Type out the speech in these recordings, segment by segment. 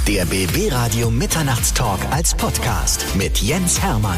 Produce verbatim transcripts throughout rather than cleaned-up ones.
Der B B-Radio Mitternachtstalk als Podcast mit Jens Hermann.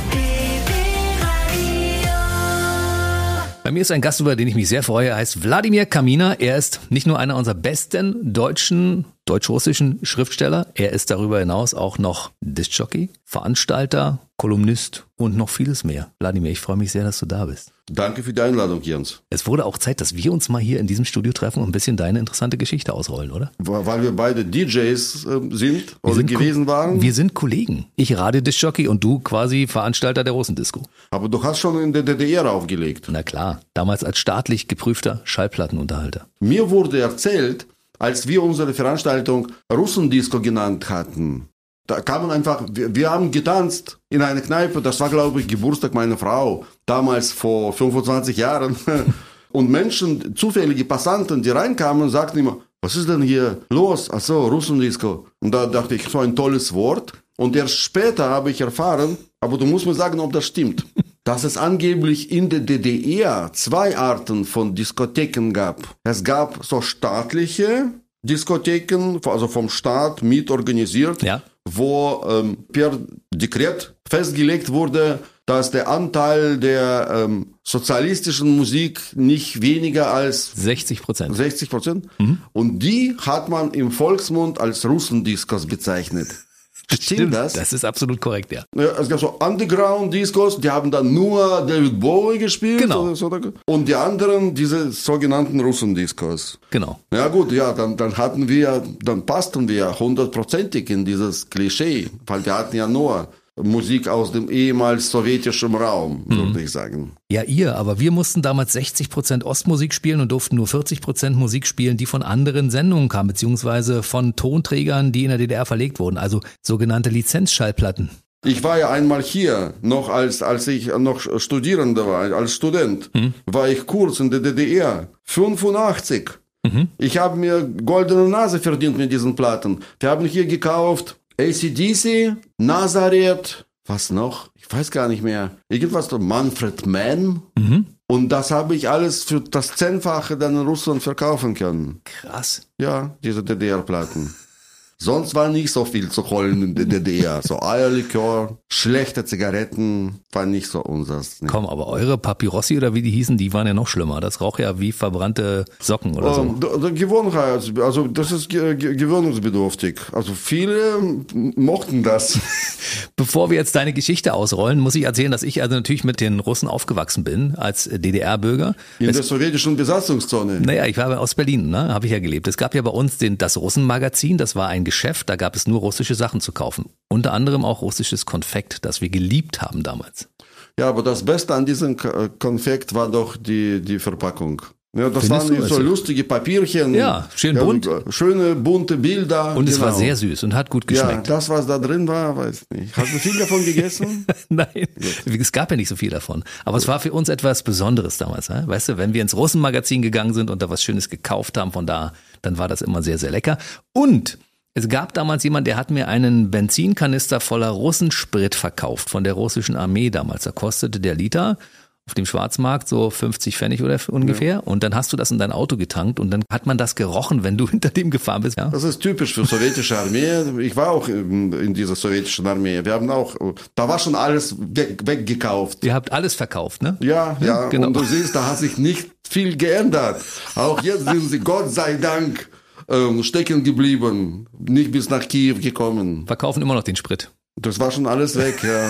Bei mir ist ein Gast, über den ich mich sehr freue. Er heißt Wladimir Kaminer. Er ist nicht nur einer unserer besten deutschen, deutsch-russischen Schriftsteller. Er ist darüber hinaus auch noch Diskjockey, Veranstalter, Kolumnist und noch vieles mehr. Wladimir, ich freue mich sehr, dass du da bist. Danke für die Einladung, Jens. Es wurde auch Zeit, dass wir uns mal hier in diesem Studio treffen und ein bisschen deine interessante Geschichte ausrollen, oder? Weil wir beide D Js äh, sind wir oder sind gewesen Ko- waren. Wir sind Kollegen. Ich Radiodiskjockey und du quasi Veranstalter der Russendisco. Aber du hast schon in der D D R aufgelegt. Na klar, damals als staatlich geprüfter Schallplattenunterhalter. Mir wurde erzählt, als wir unsere Veranstaltung Russendisco genannt hatten, da kamen einfach, wir, wir haben getanzt in einer Kneipe, das war, glaube ich, Geburtstag meiner Frau, damals vor fünfundzwanzig Jahren. Und Menschen, zufällige Passanten, die reinkamen, sagten immer, was ist denn hier los? Ach so, Russendisco. Und da dachte ich, so ein tolles Wort. Und erst später habe ich erfahren, aber du musst mir sagen, ob das stimmt, dass es angeblich in der D D R zwei Arten von Diskotheken gab. Es gab so staatliche Diskotheken, also vom Staat mitorganisiert, Ja. wo ähm, per Dekret festgelegt wurde, dass der Anteil der ähm, sozialistischen Musik nicht weniger als sechzig Prozent. sechzig Prozent. Mhm. Und die hat man im Volksmund als Russendiscos bezeichnet. Stimmt das? Das ist absolut korrekt, ja. Ja, es gab so Underground-Discos, die haben dann nur David Bowie gespielt. Genau. Oder so. Und die anderen, diese sogenannten Russendiscos. Genau. Ja gut, ja, dann, dann hatten wir, dann passten wir hundertprozentig in dieses Klischee, weil wir hatten ja nur Musik aus dem ehemals sowjetischen Raum, mhm. würde ich sagen. Ja, ihr, aber wir mussten damals sechzig Prozent Ostmusik spielen und durften nur vierzig Prozent Musik spielen, die von anderen Sendungen kam, beziehungsweise von Tonträgern, die in der D D R verlegt wurden, also sogenannte Lizenzschallplatten. Ich war ja einmal hier, noch als, als ich noch Studierender war, als Student, mhm. war ich kurz in der D D R, fünfundachtzig. Mhm. Ich habe mir goldene Nase verdient mit diesen Platten. Wir haben hier gekauft A C D C, Nazareth, was noch? Ich weiß gar nicht mehr. Irgendwas, Manfred Mann. Mhm. Und das habe ich alles für das Zehnfache dann in Russland verkaufen können. Krass. Ja, diese D D R-Platten. Sonst war nicht so viel zu holen in der D D R. So Eierlikör, schlechte Zigaretten, war nicht so unseres. Nee. Komm, aber eure Papyrossi oder wie die hießen, die waren ja noch schlimmer. Das roch ja wie verbrannte Socken oder so. Ähm, d- d- Gewohnheit, also das ist ge- ge- gewöhnungsbedürftig. Also viele mochten das. Bevor wir jetzt deine Geschichte ausrollen, muss ich erzählen, dass ich also natürlich mit den Russen aufgewachsen bin, als D D R-Bürger. In es, der sowjetischen Besatzungszone. Naja, ich war aus Berlin, ne, habe ich ja gelebt. Es gab ja bei uns den, das Russenmagazin, das war ein Geschäft, da gab es nur russische Sachen zu kaufen. Unter anderem auch russisches Konfekt, das wir geliebt haben damals. Ja, aber das Beste an diesem Konfekt war doch die, die Verpackung. Ja, das Findest waren du, so also? lustige Papierchen. Ja, schön bunt. Ja, schöne bunte Bilder. Und es genau. war sehr süß und hat gut geschmeckt. Ja, das, was da drin war, weiß nicht. Hast du viel davon gegessen? Nein, es gab ja nicht so viel davon. Aber es war für uns etwas Besonderes damals. Ne? Weißt du, wenn wir ins Russenmagazin gegangen sind und da was Schönes gekauft haben von da, dann war das immer sehr, sehr lecker. Und es gab damals jemand, der hat mir einen Benzinkanister voller Russensprit verkauft von der russischen Armee damals. Da kostete der Liter auf dem Schwarzmarkt so fünfzig Pfennig oder ungefähr. Ja. Und dann hast du das in dein Auto getankt und dann hat man das gerochen, wenn du hinter dem gefahren bist. Ja? Das ist typisch für sowjetische Armee. Ich war auch in, in dieser sowjetischen Armee. Wir haben auch, da war schon alles weg, weggekauft. Ihr habt alles verkauft, ne? Ja, ja, ja, genau. Und du siehst, da hat sich nicht viel geändert. Auch jetzt sind sie, Gott sei Dank, ähm, stecken geblieben. Nicht bis nach Kiew gekommen. Verkaufen immer noch den Sprit. Das war schon alles weg, ja.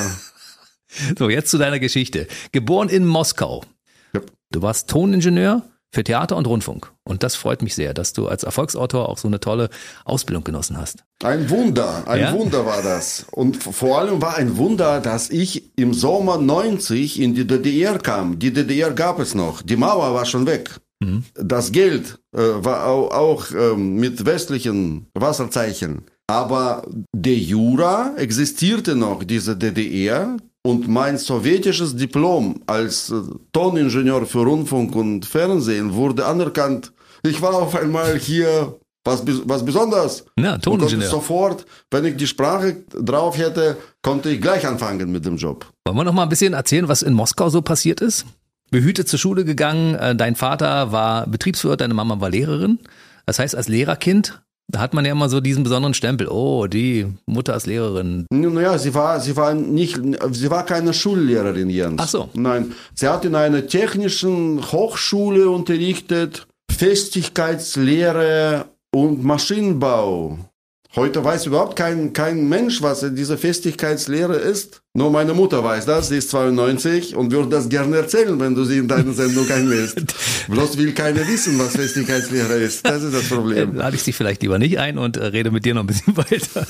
So, jetzt zu deiner Geschichte. Geboren in Moskau. Ja. Du warst Toningenieur für Theater und Rundfunk. Und das freut mich sehr, dass du als Erfolgsautor auch so eine tolle Ausbildung genossen hast. Ein Wunder, ein ja? Wunder war das. Und vor allem war ein Wunder, dass ich im Sommer neunzig in die D D R kam. Die D D R gab es noch. Die Mauer war schon weg. Mhm. Das Geld äh, war auch, auch ähm, mit westlichen Wasserzeichen. Aber de jure existierte noch diese D D R. Und mein sowjetisches Diplom als äh, Toningenieur für Rundfunk und Fernsehen wurde anerkannt. Ich war auf einmal hier was, was Besonderes. Ja, Toningenieur. Und sofort, wenn ich die Sprache drauf hätte, konnte ich gleich anfangen mit dem Job. Wollen wir noch mal ein bisschen erzählen, was in Moskau so passiert ist? Behütet zur Schule gegangen, dein Vater war Betriebswirt, deine Mama war Lehrerin. Das heißt, als Lehrerkind Da hat man ja immer so diesen besonderen Stempel. Oh, die Mutter ist Lehrerin. Naja, sie war, sie war nicht, sie war keine Schullehrerin, Jens. Ach so. Nein, sie hat in einer technischen Hochschule unterrichtet, Festigkeitslehre und Maschinenbau. Heute weiß überhaupt kein, kein Mensch, was diese Festigkeitslehre ist. Nur meine Mutter weiß das, sie ist zweiundneunzig und würde das gerne erzählen, wenn du sie in deine Sendung einlädst. Bloß will keiner wissen, was Festigkeitslehre ist. Das ist das Problem. Lade ich sie vielleicht lieber nicht ein und äh, rede mit dir noch ein bisschen weiter.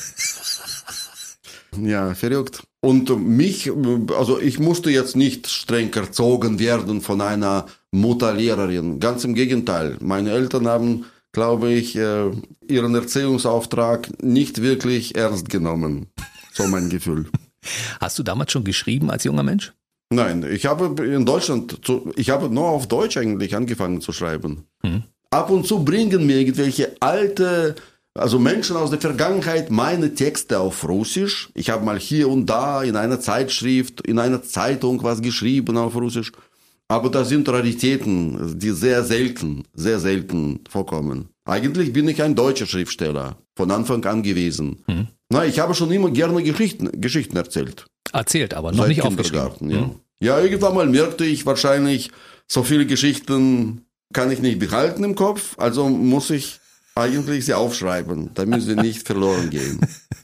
Ja, verrückt. Und mich, also ich musste jetzt nicht streng erzogen werden von einer Mutterlehrerin. Ganz im Gegenteil. Meine Eltern haben, glaube ich, ihren Erziehungsauftrag nicht wirklich ernst genommen. So mein Gefühl. Hast du damals schon geschrieben als junger Mensch? Nein, ich habe in Deutschland, ich habe nur auf Deutsch eigentlich angefangen zu schreiben. Hm. Ab und zu bringen mir irgendwelche alte, also Menschen aus der Vergangenheit meine Texte auf Russisch. Ich habe mal hier und da in einer Zeitschrift, in einer Zeitung was geschrieben auf Russisch. Aber das sind Raritäten, die sehr selten, sehr selten vorkommen. Eigentlich bin ich ein deutscher Schriftsteller, von Anfang an gewesen. Hm. Na, ich habe schon immer gerne Geschichten, Geschichten erzählt. Erzählt, aber noch nicht aufgeschrieben. Ja. Hm. ja, irgendwann mal merkte ich wahrscheinlich, so viele Geschichten kann ich nicht behalten im Kopf, also muss ich eigentlich sie aufschreiben, damit sie nicht verloren gehen.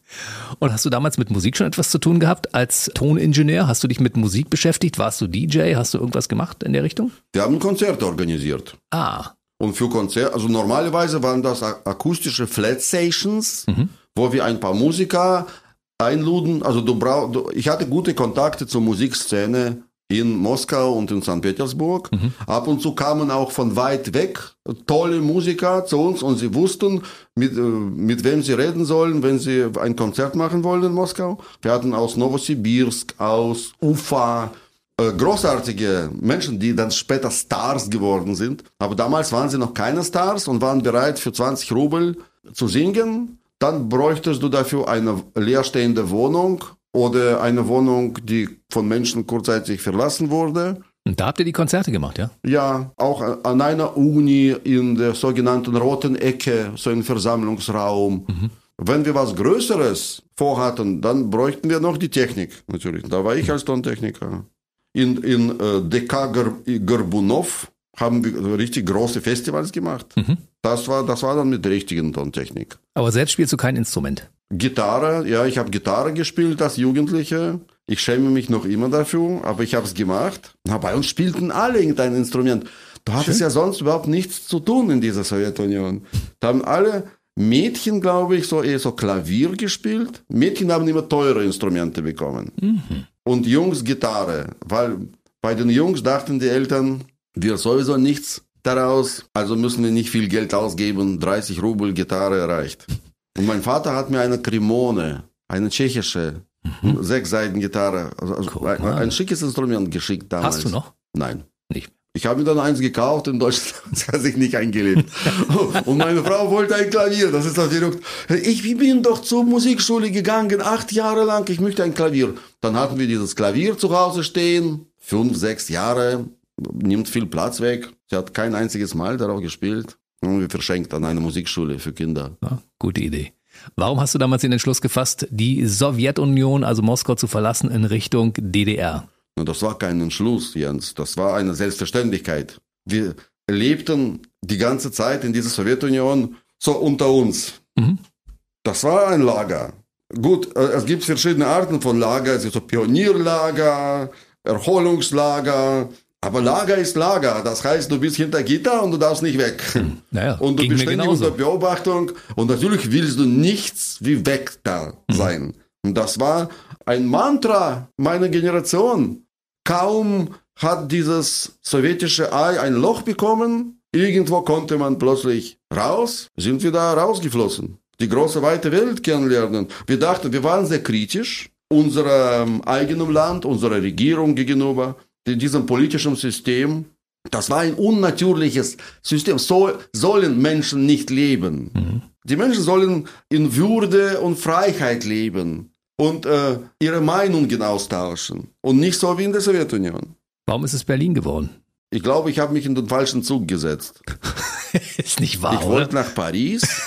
Und hast du damals mit Musik schon etwas zu tun gehabt als Toningenieur? Hast du dich mit Musik beschäftigt? Warst du D J? Hast du irgendwas gemacht in der Richtung? Wir haben Konzerte organisiert. Ah. Und für Konzerte, also normalerweise waren das akustische Flat Stations, mhm. wo wir ein paar Musiker einluden. Also du brauch, du, ich hatte gute Kontakte zur Musikszene in Moskau und in Sankt Petersburg. Mhm. Ab und zu kamen auch von weit weg tolle Musiker zu uns und sie wussten, mit, mit wem sie reden sollen, wenn sie ein Konzert machen wollen in Moskau. Wir hatten aus Novosibirsk, aus Ufa, äh, großartige Menschen, die dann später Stars geworden sind. Aber damals waren sie noch keine Stars und waren bereit für zwanzig Rubel zu singen. Dann bräuchtest du dafür eine leerstehende Wohnung oder eine Wohnung, die von Menschen kurzzeitig verlassen wurde. Und da habt ihr die Konzerte gemacht, ja? Ja, auch an einer Uni in der sogenannten Roten Ecke, so ein Versammlungsraum. Mhm. Wenn wir was Größeres vorhatten, dann bräuchten wir noch die Technik, natürlich. Da war ich als Tontechniker. In, in äh, D K Gorbunov haben wir richtig große Festivals gemacht. Mhm. Das war, das war dann mit der richtigen Tontechnik. Aber selbst spielst du kein Instrument? Gitarre, ja, ich habe Gitarre gespielt als Jugendlicher. Ich schäme mich noch immer dafür, aber ich habe es gemacht. Na, bei uns spielten alle irgendein Instrument. Du hattest Schön. ja sonst überhaupt nichts zu tun in dieser Sowjetunion. Da haben alle Mädchen, glaube ich, so eher so Klavier gespielt. Mädchen haben immer teure Instrumente bekommen. Mhm. Und Jungs Gitarre, weil bei den Jungs dachten die Eltern, wir sowieso nichts daraus, also müssen wir nicht viel Geld ausgeben, dreißig Rubel Gitarre reicht. Und mein Vater hat mir eine Krimone, eine tschechische, mhm. Sechsseiten-Gitarre, also cool. ein, ein schickes Instrument geschickt damals. Hast du noch? Nein. Nicht. Ich habe mir dann eins gekauft, in Deutschland hat sich nicht eingelebt. Und meine Frau wollte ein Klavier, das ist doch verrückt. Ich bin doch zur Musikschule gegangen, acht Jahre lang, ich möchte ein Klavier. Dann hatten wir dieses Klavier zu Hause stehen, fünf, sechs Jahre, nimmt viel Platz weg. Sie hat kein einziges Mal darauf gespielt. Und wir verschenkt an eine Musikschule für Kinder. Ja, gute Idee. Warum hast du damals den Entschluss gefasst, die Sowjetunion, also Moskau, zu verlassen in Richtung D D R? Das war kein Entschluss, Jens. Das war eine Selbstverständlichkeit. Wir lebten die ganze Zeit in dieser Sowjetunion so unter uns. Mhm. Das war ein Lager. Gut, es gibt verschiedene Arten von Lager. Es gibt so Pionierlager, Erholungslager. Aber Lager ist Lager. Das heißt, du bist hinter Gitter und du darfst nicht weg. Hm. Naja, und du bist ständig unter Beobachtung. Und natürlich willst du nichts wie weg da sein. Hm. Und das war ein Mantra meiner Generation. Kaum hat dieses sowjetische Ei ein Loch bekommen, irgendwo konnte man plötzlich raus, sind wir da rausgeflossen. Die große, weite Welt kennenlernen. Wir dachten, wir waren sehr kritisch unserem eigenen Land, unserer Regierung gegenüber, diesem politischen System. Das war ein unnatürliches System. So sollen Menschen nicht leben. Mhm. Die Menschen sollen in Würde und Freiheit leben und äh, ihre Meinungen austauschen. Und nicht so wie in der Sowjetunion. Warum ist es Berlin geworden? Ich glaube, ich habe mich in den falschen Zug gesetzt. Ist nicht wahr, Ich wollte nach Paris.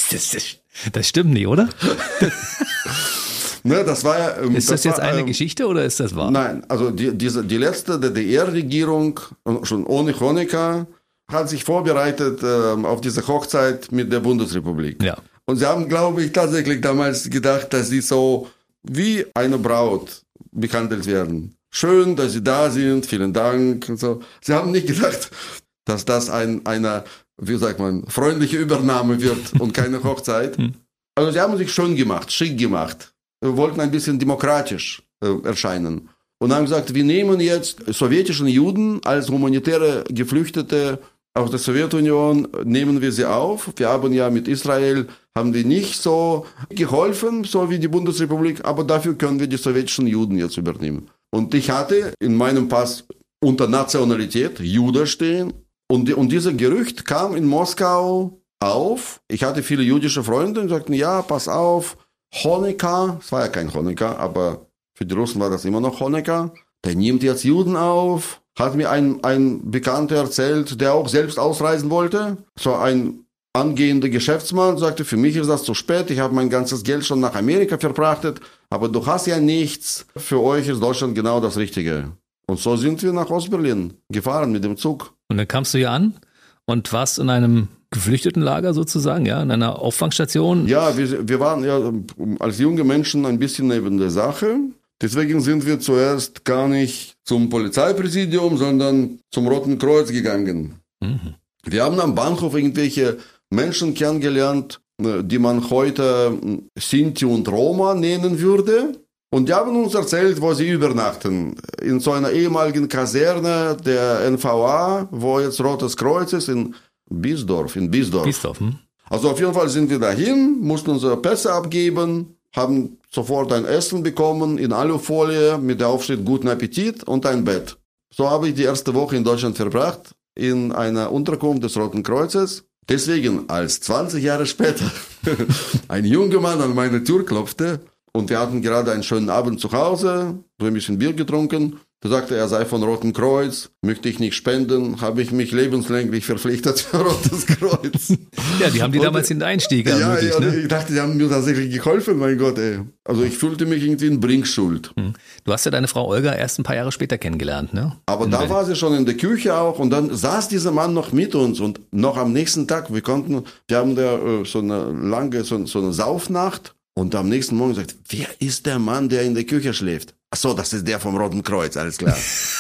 Das, das, das stimmt nicht, oder? Ne, das war ja, ähm, Ist das, das jetzt war, eine ähm, Geschichte oder ist das wahr? Nein, also die, diese, die letzte D D R-Regierung, schon ohne Honecker, hat sich vorbereitet ähm, auf diese Hochzeit mit der Bundesrepublik. Ja. Und sie haben, glaube ich, tatsächlich damals gedacht, dass sie so wie eine Braut behandelt werden. Schön, dass sie da sind, vielen Dank und so. Sie haben nicht gedacht, dass das ein, eine, wie sagt man, freundliche Übernahme wird und keine Hochzeit. Also sie haben sich schön gemacht, schick gemacht. Wir wollten ein bisschen demokratisch äh, erscheinen. Und haben gesagt, wir nehmen jetzt sowjetischen Juden als humanitäre Geflüchtete aus der Sowjetunion, nehmen wir sie auf. Wir haben ja mit Israel, haben wir nicht so geholfen, so wie die Bundesrepublik, aber dafür können wir die sowjetischen Juden jetzt übernehmen. Und ich hatte in meinem Pass unter Nationalität Jude stehen. Und, die, und dieses Gerücht kam in Moskau auf. Ich hatte viele jüdische Freunde und sagten, ja, pass auf, Honecker, es war ja kein Honecker, aber für die Russen war das immer noch Honecker, der nimmt jetzt Juden auf, hat mir ein, ein Bekannter erzählt, der auch selbst ausreisen wollte, so ein angehender Geschäftsmann, sagte, für mich ist das zu spät, ich habe mein ganzes Geld schon nach Amerika verfrachtet, aber du hast ja nichts, für euch ist Deutschland genau das Richtige. Und so sind wir nach Ostberlin gefahren mit dem Zug. Und dann kamst du hier an und warst in einem Geflüchtetenlager sozusagen, ja, in einer Auffangstation? Ja, wir, wir waren ja als junge Menschen ein bisschen neben der Sache. Deswegen sind wir zuerst gar nicht zum Polizeipräsidium, sondern zum Roten Kreuz gegangen. Mhm. Wir haben am Bahnhof irgendwelche Menschen kennengelernt, die man heute Sinti und Roma nennen würde. Und die haben uns erzählt, wo sie übernachten. In so einer ehemaligen Kaserne der N V A, wo jetzt Rotes Kreuz ist, in Biesdorf, in Biesdorf. Biesdorf, hm? Also auf jeden Fall sind wir dahin, mussten unsere Pässe abgeben, haben sofort ein Essen bekommen in Alufolie mit der Aufschrift Guten Appetit und ein Bett. So habe ich die erste Woche in Deutschland verbracht, in einer Unterkunft des Roten Kreuzes. Deswegen, als zwanzig Jahre später ein junger Mann an meine Tür klopfte und wir hatten gerade einen schönen Abend zu Hause, so ein bisschen Bier getrunken, da sagte er, er sei von Roten Kreuz, möchte ich nicht spenden, habe ich mich lebenslänglich verpflichtet für Rotes Kreuz. Ja, die haben die und, damals den Einstieg ja, ermöglicht, ja, ne? Ich dachte, die haben mir tatsächlich geholfen, mein Gott, ey. Also ich fühlte mich irgendwie in Bringschuld. Du hast ja deine Frau Olga erst ein paar Jahre später kennengelernt, ne? Aber in da Berlin. war sie schon in der Küche auch und dann saß dieser Mann noch mit uns und noch am nächsten Tag, wir konnten, wir haben da äh, so eine lange, so, so eine Saufnacht und am nächsten Morgen gesagt, wer ist der Mann, der in der Küche schläft? Ach so, das ist der vom Roten Kreuz, alles klar.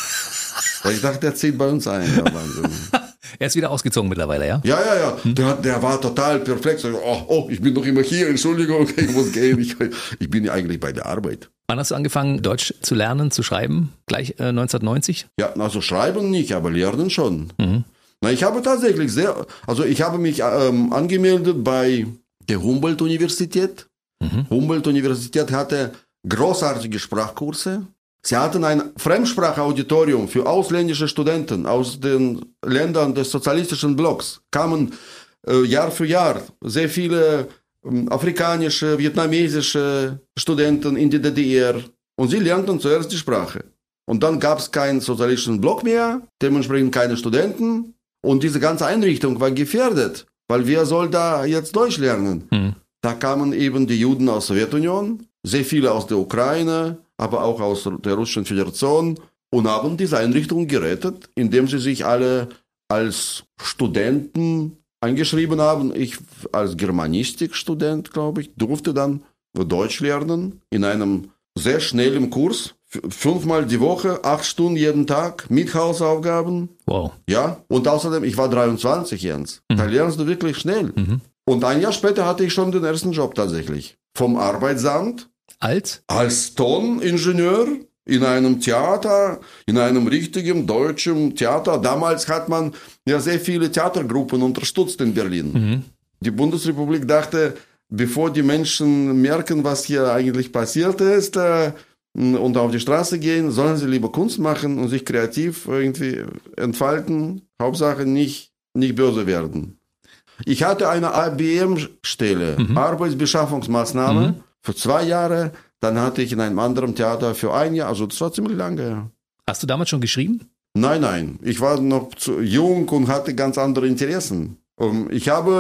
Weil ich dachte, der zieht bei uns ein. Ja, Wahnsinn. Er ist wieder ausgezogen mittlerweile, ja? Ja, ja, ja. Hm? Der, der war total perplex. Oh, oh, ich bin doch immer hier, Entschuldigung, ich muss gehen. Ich, ich bin ja eigentlich bei der Arbeit. Wann hast du angefangen, Deutsch zu lernen, zu schreiben? Gleich äh, neunzehnhundertneunzig? Ja, also schreiben nicht, aber lernen schon. Mhm. Na, ich habe tatsächlich sehr, also ich habe mich ähm, angemeldet bei der Humboldt-Universität. Mhm. Humboldt-Universität hatte großartige Sprachkurse. Sie hatten ein Fremdsprachauditorium für ausländische Studenten aus den Ländern des sozialistischen Blocks. Kamen äh, Jahr für Jahr sehr viele äh, afrikanische, vietnamesische Studenten in die D D R. Und sie lernten zuerst die Sprache. Und dann gab es keinen sozialistischen Block mehr, dementsprechend keine Studenten. Und diese ganze Einrichtung war gefährdet, weil wer soll da jetzt Deutsch lernen? Hm. Da kamen eben die Juden aus der Sowjetunion, sehr viele aus der Ukraine, aber auch aus der Russischen Föderation und haben diese Einrichtung gerettet, indem sie sich alle als Studenten eingeschrieben haben. Ich als Germanistikstudent, glaube ich, durfte dann Deutsch lernen in einem sehr schnellen Kurs. Fünfmal die Woche, acht Stunden jeden Tag mit Hausaufgaben. Wow. Ja, und außerdem, ich war dreiundzwanzig, Jens. Mhm. Da lernst du wirklich schnell. Mhm. Und ein Jahr später hatte ich schon den ersten Job tatsächlich. Vom Arbeitsamt. Als? Als Toningenieur in einem Theater, in einem richtigen deutschen Theater. Damals hat man ja sehr viele Theatergruppen unterstützt in Berlin. Mhm. Die Bundesrepublik dachte, bevor die Menschen merken, was hier eigentlich passiert ist, äh, und auf die Straße gehen, sollen sie lieber Kunst machen und sich kreativ irgendwie entfalten. Hauptsache nicht, nicht böse werden. Ich hatte eine A B M-Stelle, mhm. Arbeitsbeschaffungsmaßnahme, mhm. für zwei Jahre. Dann hatte ich in einem anderen Theater für ein Jahr, also das war ziemlich lange. Hast du damals schon geschrieben? Nein, nein. Ich war noch zu jung und hatte ganz andere Interessen. Ich habe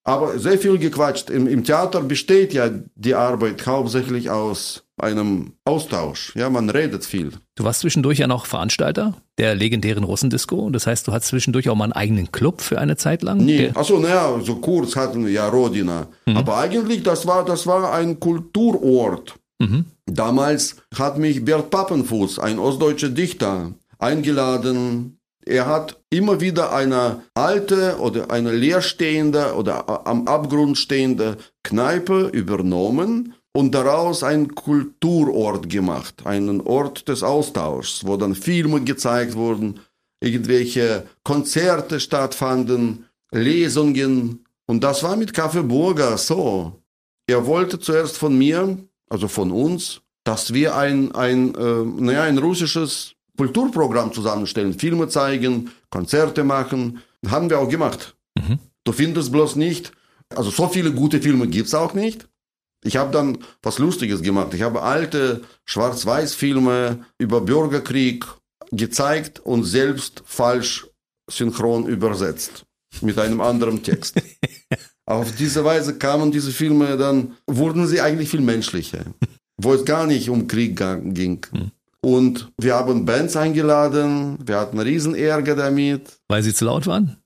Aber sehr viel gequatscht. Im, Im Theater besteht ja die Arbeit hauptsächlich aus einem Austausch. Ja, man redet viel. Du warst zwischendurch ja noch Veranstalter der legendären Russendisco. Das heißt, du hattest zwischendurch auch mal einen eigenen Club für eine Zeit lang? Nee, achso, naja, so kurz hatten wir ja Rodina. Mhm. Aber eigentlich, das war, das war ein Kulturort. Mhm. Damals hat mich Bert Pappenfuß, ein ostdeutscher Dichter, eingeladen. Er hat immer wieder eine alte oder eine leerstehende oder am Abgrund stehende Kneipe übernommen und daraus einen Kulturort gemacht, einen Ort des Austauschs, wo dann Filme gezeigt wurden, irgendwelche Konzerte stattfanden, Lesungen. Und das war mit Café Burger so. Er wollte zuerst von mir, also von uns, dass wir ein, ein, äh, naja, ein russisches Kulturprogramm zusammenstellen, Filme zeigen, Konzerte machen. Haben wir auch gemacht. Mhm. Du findest bloß nicht, also so viele gute Filme gibt's auch nicht. Ich habe dann was Lustiges gemacht. Ich habe alte Schwarz-Weiß-Filme über Bürgerkrieg gezeigt und selbst falsch synchron übersetzt. Mit einem anderen Text. Auf diese Weise kamen diese Filme dann, wurden sie eigentlich viel menschlicher. Wo es gar nicht um Krieg ging. Mhm. Und wir haben Bands eingeladen. Wir hatten riesen Ärger damit. Weil sie zu laut waren?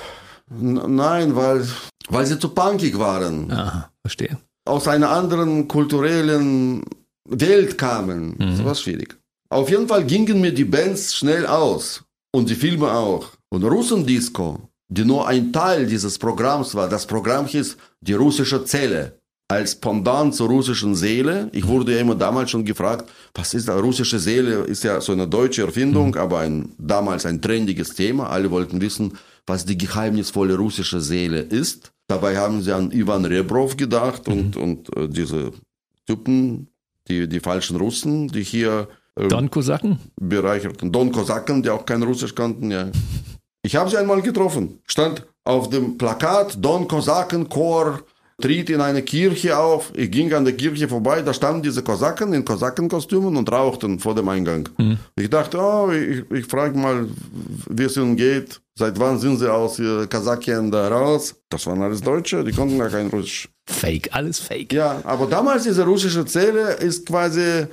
N- nein, weil, weil sie zu punkig waren. Aha, verstehe. Aus einer anderen kulturellen Welt kamen. Mhm. Das war schwierig. Auf jeden Fall gingen mir die Bands schnell aus. Und die Filme auch. Und Russendisco, die nur ein Teil dieses Programms war. Das Programm hieß Die russische Zelle. Als Pendant zur russischen Seele. Ich wurde ja immer damals schon gefragt, was ist da? Russische Seele ist ja so eine deutsche Erfindung, mhm. aber ein, damals ein trendiges Thema. Alle wollten wissen, was die geheimnisvolle russische Seele ist. Dabei haben sie an Ivan Rebrov gedacht und, mhm. und äh, diese Typen, die, die falschen Russen, die hier äh, Don Kosaken? bereicherten. Don Kosaken, die auch kein Russisch kannten, ja. Ich habe sie einmal getroffen. Stand auf dem Plakat Don Kosaken Chor tritt in eine Kirche auf. Ich ging an der Kirche vorbei, da standen diese Kosaken in Kosakenkostümen und rauchten vor dem Eingang. Mhm. Ich dachte, oh, ich, ich frage mal, wie es ihnen geht. Seit wann sind sie aus Kasachien da raus? Das waren alles Deutsche, die konnten gar kein Russisch. Fake, alles Fake. Ja, aber damals diese russische Zelle ist quasi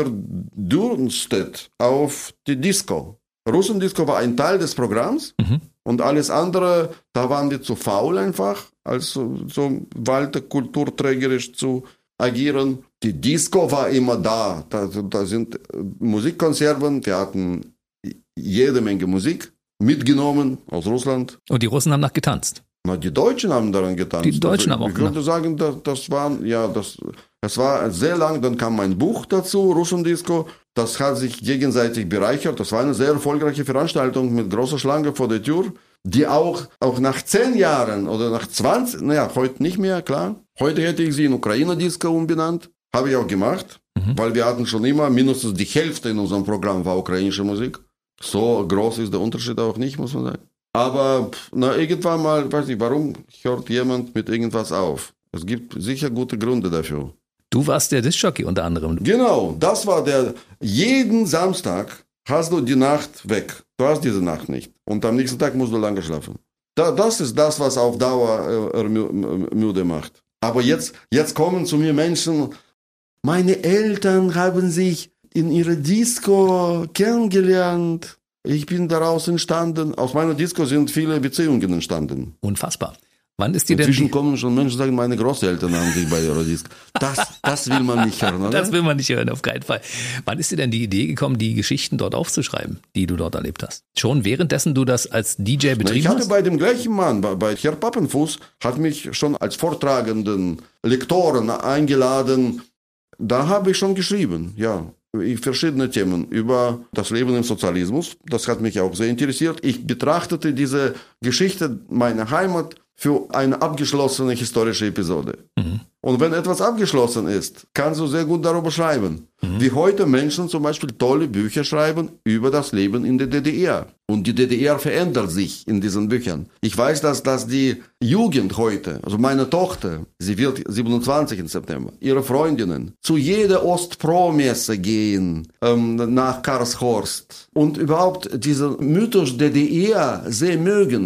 verdunstet auf die Disco. Russendisco war ein Teil des Programms mhm. und alles andere, da waren die zu faul einfach, als so, so weiter kulturträgerisch zu agieren. Die Disco war immer da. Da, da sind Musikkonserven, wir hatten jede Menge Musik mitgenommen aus Russland. Und die Russen haben nach getanzt? Na, die Deutschen haben daran getanzt. Die Deutschen also, haben auch Ich würde sagen, das, das waren, ja, das, das war sehr lang, dann kam mein Buch dazu, Russendisco. Das hat sich gegenseitig bereichert. Das war eine sehr erfolgreiche Veranstaltung mit großer Schlange vor der Tür, die auch, auch nach zehn Jahren oder nach zwanzig, naja, heute nicht mehr, klar. Heute hätte ich sie in Ukraine-Disco umbenannt. Habe ich auch gemacht, mhm. weil wir hatten schon immer mindestens die Hälfte in unserem Programm war ukrainische Musik. So groß ist der Unterschied auch nicht, muss man sagen. Aber na, irgendwann mal, weiß ich, warum hört jemand mit irgendwas auf? Es gibt sicher gute Gründe dafür. Du warst der Diskjockey unter anderem. Genau, das war der, jeden Samstag hast du die Nacht weg. Du hast diese Nacht nicht. Und am nächsten Tag musst du lange schlafen. Da, das ist das, was auf Dauer äh, müde macht. Aber jetzt, jetzt kommen zu mir Menschen, meine Eltern haben sich in ihrer Disco kennengelernt. Ich bin daraus entstanden. Aus meiner Disco sind viele Beziehungen entstanden. Unfassbar. Wann ist dir denn Inzwischen kommen schon Menschen, die sagen, meine Großeltern haben sich bei ihrer Disco. Das, das will man nicht hören, oder? Das will man nicht hören, auf keinen Fall. Wann ist dir denn die Idee gekommen, die Geschichten dort aufzuschreiben, die du dort erlebt hast? Schon währenddessen du das als D J betrieben hast? Ich hatte hast? bei dem gleichen Mann, bei, bei Herr Pappenfuß, hat mich schon als vortragenden Lektoren eingeladen. Da habe ich schon geschrieben, ja. Verschiedene Themen über das Leben im Sozialismus. Das hat mich auch sehr interessiert. Ich betrachtete diese Geschichte meiner Heimat für eine abgeschlossene historische Episode. Mhm. Und wenn etwas abgeschlossen ist, kannst du sehr gut darüber schreiben. Mhm. Wie heute Menschen zum Beispiel tolle Bücher schreiben über das Leben in der D D R. Und die D D R verändert sich in diesen Büchern. Ich weiß, dass, dass die Jugend heute, also meine Tochter, sie wird siebenundzwanzig im September, ihre Freundinnen zu jeder Ostpro-Messe gehen, ähm, nach Karlshorst. Und überhaupt diesen Mythos D D R sehr mögen.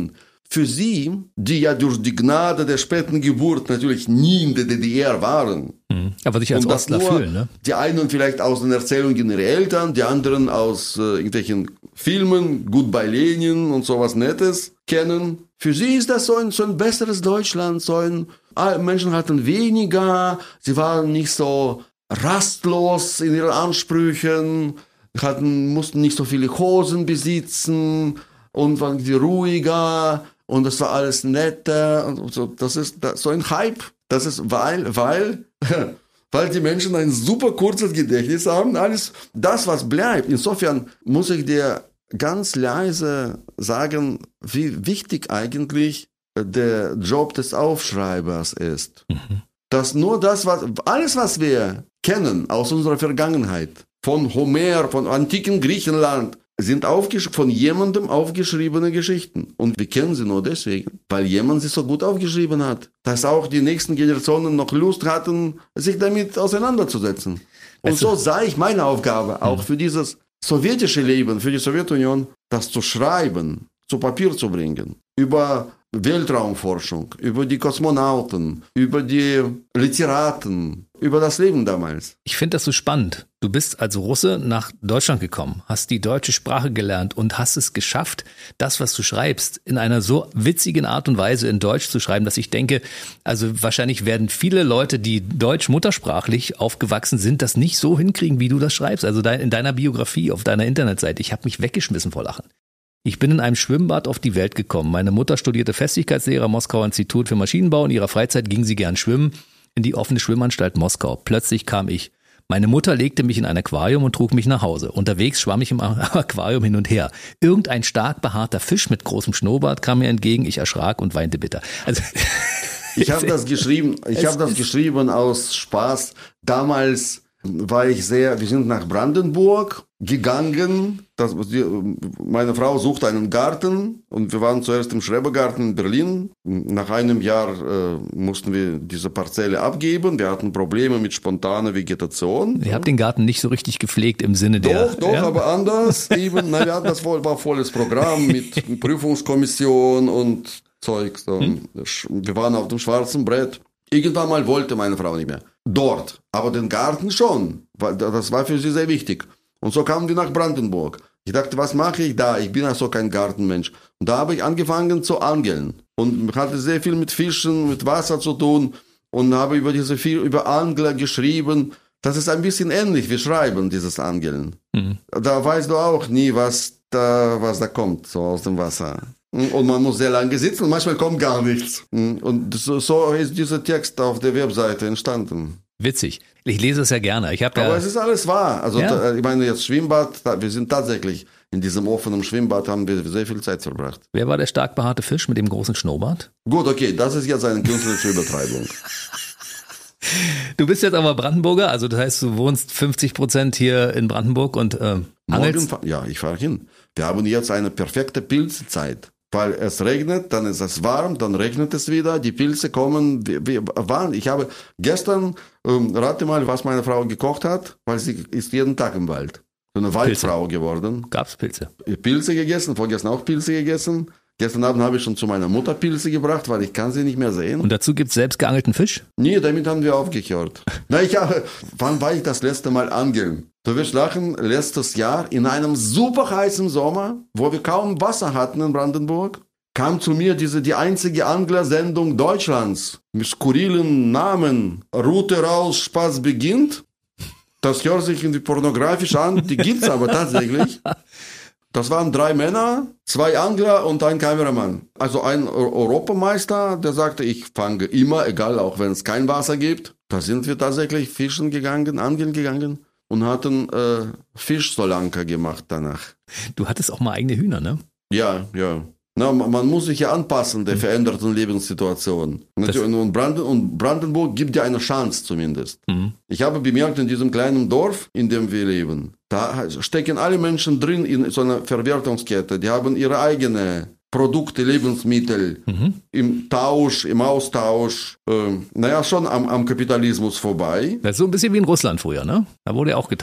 für sie, die ja durch die Gnade der späten Geburt natürlich nie in der D D R waren. Mhm. Aber sich als und das Ostler nur fühlen, ne? Die einen vielleicht aus den Erzählungen ihrer Eltern, die anderen aus äh, irgendwelchen Filmen, Goodbye Lenin und sowas Nettes kennen. Für sie ist das so ein, so ein besseres Deutschland, so ein, Menschen hatten weniger, sie waren nicht so rastlos in ihren Ansprüchen, hatten, mussten nicht so viele Hosen besitzen und waren die ruhiger und das war alles netter und so. Das ist das, so ein Hype. Das ist, weil, weil, weil die Menschen ein super kurzes Gedächtnis haben. Alles, das, was bleibt. Insofern muss ich dir ganz leise sagen, wie wichtig eigentlich der Job des Aufschreibers ist. Mhm. Dass nur das, was, alles, was wir kennen aus unserer Vergangenheit, von Homer, von antiken Griechenland, sind aufgesch- von jemandem aufgeschriebene Geschichten. Und wir kennen sie nur deswegen, weil jemand sie so gut aufgeschrieben hat, dass auch die nächsten Generationen noch Lust hatten, sich damit auseinanderzusetzen. Und so sei ich meine Aufgabe, auch für dieses sowjetische Leben, für die Sowjetunion, das zu schreiben, zu Papier zu bringen, über Weltraumforschung, über die Kosmonauten, über die Literaten, über das Leben damals. Ich finde das so spannend. Du bist als Russe nach Deutschland gekommen, hast die deutsche Sprache gelernt und hast es geschafft, das, was du schreibst, in einer so witzigen Art und Weise in Deutsch zu schreiben, dass ich denke, also wahrscheinlich werden viele Leute, die deutsch muttersprachlich aufgewachsen sind, das nicht so hinkriegen, wie du das schreibst. Also in deiner Biografie, auf deiner Internetseite. Ich habe mich weggeschmissen vor Lachen. Ich bin in einem Schwimmbad auf die Welt gekommen. Meine Mutter studierte Festigkeitslehre am Moskauer Institut für Maschinenbau. In ihrer Freizeit ging sie gern schwimmen in die offene Schwimmanstalt Moskau. Plötzlich kam ich. Meine Mutter legte mich in ein Aquarium und trug mich nach Hause. Unterwegs schwamm ich im Aquarium hin und her. Irgendein stark behaarter Fisch mit großem Schnurrbart kam mir entgegen. Ich erschrak und weinte bitter. Also ich habe das geschrieben. Ich habe das geschrieben aus Spaß. Damals war ich sehr. Wir sind nach Brandenburg gegangen. Das, die, meine Frau suchte einen Garten und wir waren zuerst im Schrebergarten in Berlin. Nach einem Jahr äh, mussten wir diese Parzelle abgeben. Wir hatten Probleme mit spontaner Vegetation. Ihr habt den Garten nicht so richtig gepflegt im Sinne der... Doch, doch, ja? Aber anders. Eben, na, wir hatten das voll, war volles Programm mit Prüfungskommission und Zeug. So. Hm. Wir waren auf dem schwarzen Brett. Irgendwann mal wollte meine Frau nicht mehr. Dort. Aber den Garten schon. Das war für sie sehr wichtig. Und so kamen wir nach Brandenburg. Ich dachte, was mache ich da? Ich bin also kein Gartenmensch. Und da habe ich angefangen zu angeln. Und hatte sehr viel mit Fischen, mit Wasser zu tun. Und habe über diese viel, über Angler geschrieben. Das ist ein bisschen ähnlich wie Schreiben, dieses Angeln. Mhm. Da weißt du auch nie, was da, was da kommt, so aus dem Wasser. Und man muss sehr lange sitzen und manchmal kommt gar nichts. Und so, so ist dieser Text auf der Webseite entstanden. Witzig. Ich lese es ja gerne. Ich hab ja Aber es ist alles wahr. Also ja. da, ich meine jetzt Schwimmbad, da, wir sind tatsächlich in diesem offenen Schwimmbad, haben wir sehr viel Zeit verbracht. Wer war der stark behaarte Fisch mit dem großen Schnurrbart? Gut, okay, das ist jetzt eine künstlerische Übertreibung. Du bist jetzt aber Brandenburger, also das heißt, du wohnst fünfzig Prozent hier in Brandenburg und äh, angelst? Morgen, ja, ich fahre hin. Wir haben jetzt eine perfekte Pilzzeit. Weil es regnet, dann ist es warm, dann regnet es wieder, die Pilze kommen, wir, wir waren, ich habe gestern, ähm, rate mal, was meine Frau gekocht hat, weil sie ist jeden Tag im Wald. So eine Waldfrau Pilze. geworden. Gab's Pilze? Pilze gegessen, vorgestern auch Pilze gegessen. Gestern Abend habe ich schon zu meiner Mutter Pilze gebracht, weil ich kann sie nicht mehr sehen. Und dazu gibt's selbst geangelten Fisch? Nee, damit haben wir aufgehört. Na, ich habe, wann war ich das letzte Mal angeln? Du wirst lachen, letztes Jahr in einem super heißen Sommer, wo wir kaum Wasser hatten in Brandenburg, kam zu mir diese, die einzige Anglersendung Deutschlands mit skurrilen Namen. Route raus, Spaß beginnt. Das hört sich irgendwie pornografisch an, die gibt's aber tatsächlich. Das waren drei Männer, zwei Angler und ein Kameramann. Also ein Europameister, der sagte, ich fange immer, egal, auch wenn es kein Wasser gibt. Da sind wir tatsächlich fischen gegangen, angeln gegangen und hatten äh, Fischsolanka gemacht danach. Du hattest auch mal eigene Hühner, ne? Ja, ja. Na, man muss sich ja anpassen der veränderten Lebenssituation. Und, Branden, und Brandenburg gibt ja eine Chance zumindest. Mhm. Ich habe bemerkt, in diesem kleinen Dorf, in dem wir leben, da stecken alle Menschen drin in so einer Verwertungskette. Die haben ihre eigene Produkte, Lebensmittel mhm. im Tausch, im Austausch. Äh, naja, schon am, am Kapitalismus vorbei. Das ist so ein bisschen wie in Russland früher, ne? Da wurde ja auch getauscht.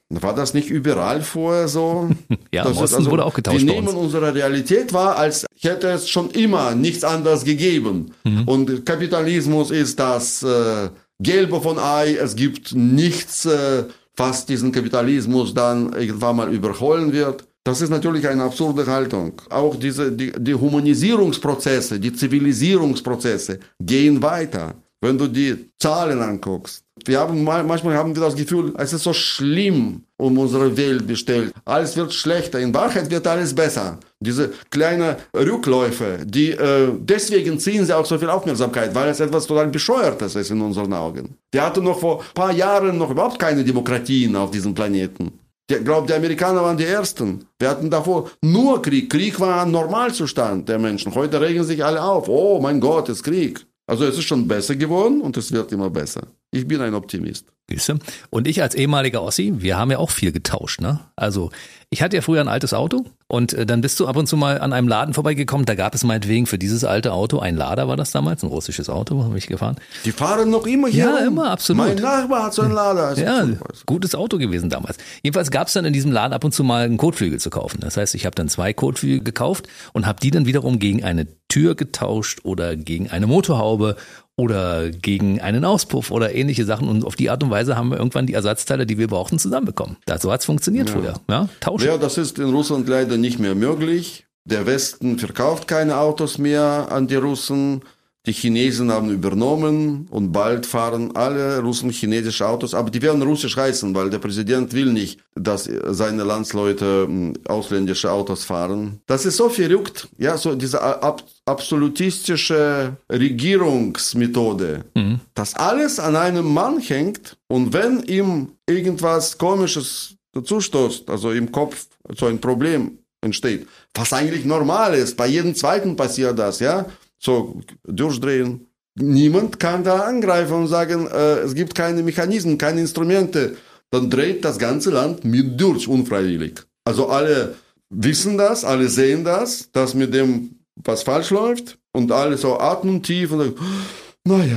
War das nicht überall vorher so? Ja, das im Osten ist also, wurde auch getauscht. Wir nehmen unsere Realität wahr, als hätte es schon immer nichts anderes gegeben. Mhm. Und Kapitalismus ist das äh, Gelbe von Ei. Es gibt nichts, äh, was diesen Kapitalismus dann irgendwann mal überholen wird. Das ist natürlich eine absurde Haltung. Auch diese, die, die Humanisierungsprozesse, die Zivilisierungsprozesse gehen weiter. Wenn du die Zahlen anguckst. Wir haben, manchmal haben wir das Gefühl, es ist so schlimm um unsere Welt bestellt. Alles wird schlechter. In Wahrheit wird alles besser. Diese kleinen Rückläufe, die, äh, deswegen ziehen sie auch so viel Aufmerksamkeit, weil es etwas total Bescheuertes ist in unseren Augen. Wir hatten noch vor ein paar Jahren noch überhaupt keine Demokratien auf diesem Planeten. Ich glaube, die Amerikaner waren die Ersten. Wir hatten davor nur Krieg. Krieg war ein Normalzustand der Menschen. Heute regen sich alle auf. Oh mein Gott, es ist Krieg. Also es ist schon besser geworden und es wird immer besser. Ich bin ein Optimist. Und ich als ehemaliger Ossi, wir haben ja auch viel getauscht, ne? Also ich hatte ja früher ein altes Auto und dann bist du ab und zu mal an einem Laden vorbeigekommen, da gab es meinetwegen für dieses alte Auto, ein Lada war das damals, ein russisches Auto, habe ich gefahren. Die fahren noch immer hier Ja, rum. immer, absolut. Mein Nachbar hat so ein Lada. Also ja, gutes Auto gewesen damals. Jedenfalls gab es dann in diesem Laden ab und zu mal einen Kotflügel zu kaufen. Das heißt, ich habe dann zwei Kotflügel gekauft und habe die dann wiederum gegen eine Tür getauscht oder gegen eine Motorhaube oder gegen einen Auspuff oder ähnliche Sachen. Und auf die Art und Weise haben wir irgendwann die Ersatzteile, die wir brauchten, zusammenbekommen. Das, so hat es funktioniert ja. früher. Ja, tauschen. Ja, das ist in Russland leider nicht mehr möglich. Der Westen verkauft keine Autos mehr an die Russen. Die Chinesen haben übernommen und bald fahren alle Russen chinesische Autos, aber die werden russisch heißen, weil der Präsident will nicht, dass seine Landsleute ausländische Autos fahren. Das ist so verrückt, ja, so diese ab- absolutistische Regierungsmethode, mhm. dass alles an einem Mann hängt und wenn ihm irgendwas Komisches dazustoßt, also im Kopf so ein Problem entsteht, was eigentlich normal ist, bei jedem Zweiten passiert das, ja, so durchdrehen. Niemand kann da angreifen und sagen, äh, es gibt keine Mechanismen, keine Instrumente. Dann dreht das ganze Land mit durch, unfreiwillig. Also alle wissen das, alle sehen das, dass mit dem was falsch läuft und alle so atmen tief und sagen, naja,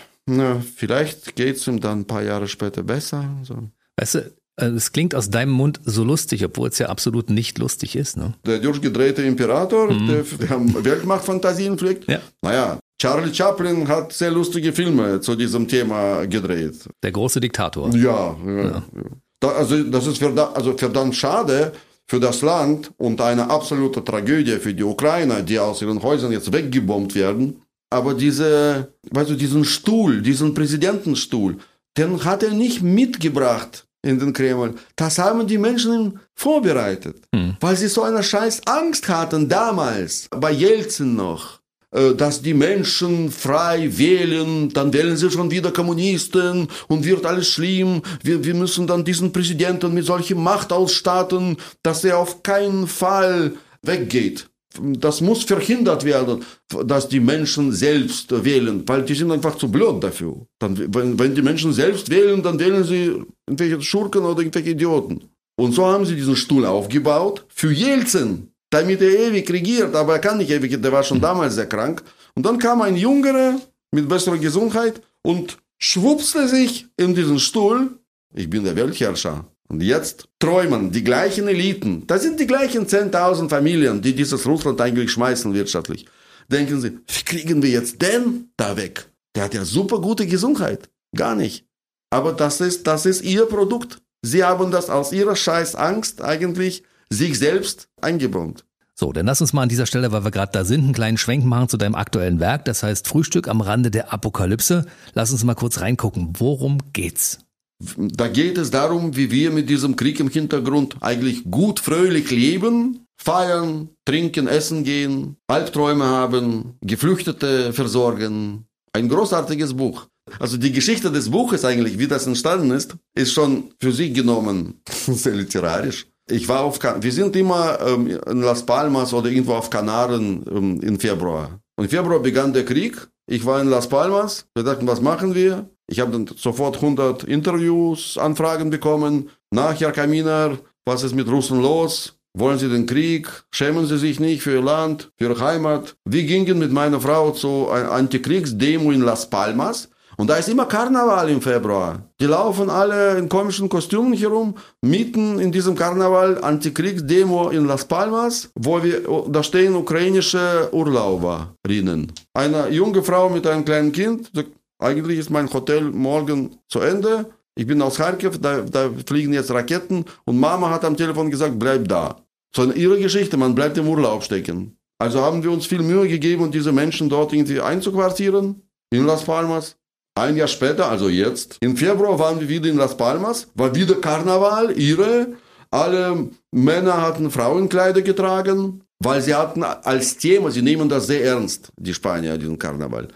na, vielleicht geht's ihm dann ein paar Jahre später besser. So. Weißt du, es klingt aus deinem Mund so lustig, obwohl es ja absolut nicht lustig ist. Ne? Der durchgedrehte Imperator, mhm. der, der Weltmachtfantasien pflegt. Ja. Naja, Charlie Chaplin hat sehr lustige Filme zu diesem Thema gedreht. Der große Diktator. Ja, ja, ja. Da, also das ist verdammt, also verdammt schade für das Land und eine absolute Tragödie für die Ukrainer, die aus ihren Häusern jetzt weggebombt werden. Aber diese, weißt du, diesen Stuhl, diesen Präsidentenstuhl, den hat er nicht mitgebracht in den Kreml. Das haben die Menschen vorbereitet, hm. weil sie so eine scheiß Angst hatten damals, bei Jelzin noch, dass die Menschen frei wählen, dann wählen sie schon wieder Kommunisten und wird alles schlimm. Wir, wir müssen dann diesen Präsidenten mit solcher Macht ausstatten, dass er auf keinen Fall weggeht. Das muss verhindert werden, dass die Menschen selbst wählen, weil die sind einfach zu blöd dafür. Dann, wenn, wenn die Menschen selbst wählen, dann wählen sie irgendwelche Schurken oder irgendwelche Idioten. Und so haben sie diesen Stuhl aufgebaut für Jelzin, damit er ewig regiert, aber er kann nicht ewig, der war schon damals sehr krank. Und dann kam ein Jüngerer mit besserer Gesundheit und schwupste sich in diesen Stuhl. Ich bin der Weltherrscher. Und jetzt träumen die gleichen Eliten, das sind die gleichen zehntausend Familien, die dieses Russland eigentlich schmeißen wirtschaftlich. Denken sie, wie kriegen wir jetzt den da weg? Der hat ja super gute Gesundheit. Gar nicht. Aber das ist, das ist ihr Produkt. Sie haben das aus ihrer scheiß Angst eigentlich sich selbst eingebaut. So, dann lass uns mal an dieser Stelle, weil wir gerade da sind, einen kleinen Schwenk machen zu deinem aktuellen Werk. Das heißt Frühstück am Rande der Apokalypse. Lass uns mal kurz reingucken. Worum geht's? Da geht es darum, wie wir mit diesem Krieg im Hintergrund eigentlich gut, fröhlich leben, feiern, trinken, essen gehen, Albträume haben, Geflüchtete versorgen. Ein großartiges Buch. Also die Geschichte des Buches eigentlich, wie das entstanden ist, ist schon für sich genommen sehr literarisch. Ich war auf, wir sind immer ähm, in Las Palmas oder irgendwo auf Kanaren ähm, im Februar. Und im Februar begann der Krieg. Ich war in Las Palmas. Wir dachten, was machen wir? Ich habe dann sofort hundert Interviews, Anfragen bekommen. Nachher Kaminer, was ist mit Russen los? Wollen Sie den Krieg? Schämen Sie sich nicht für Ihr Land, für Ihre Heimat? Wir gingen mit meiner Frau zu einer Antikriegsdemo in Las Palmas. Und da ist immer Karneval im Februar. Die laufen alle in komischen Kostümen herum, mitten in diesem Karneval, Antikriegsdemo in Las Palmas, wo wir, da stehen ukrainische Urlauberinnen. Eine junge Frau mit einem kleinen Kind, eigentlich ist mein Hotel morgen zu Ende. Ich bin aus Kharkiv, da, da fliegen jetzt Raketen und Mama hat am Telefon gesagt, bleib da. So ihre Geschichte, man bleibt im Urlaub stecken. Also haben wir uns viel Mühe gegeben, um diese Menschen dort irgendwie einzuquartieren, in Las Palmas. Ein Jahr später, also jetzt, im Februar waren wir wieder in Las Palmas, war wieder Karneval, ihre. Alle Männer hatten Frauenkleider getragen, weil sie hatten als Thema, sie nehmen das sehr ernst, die Spanier, diesen Karneval.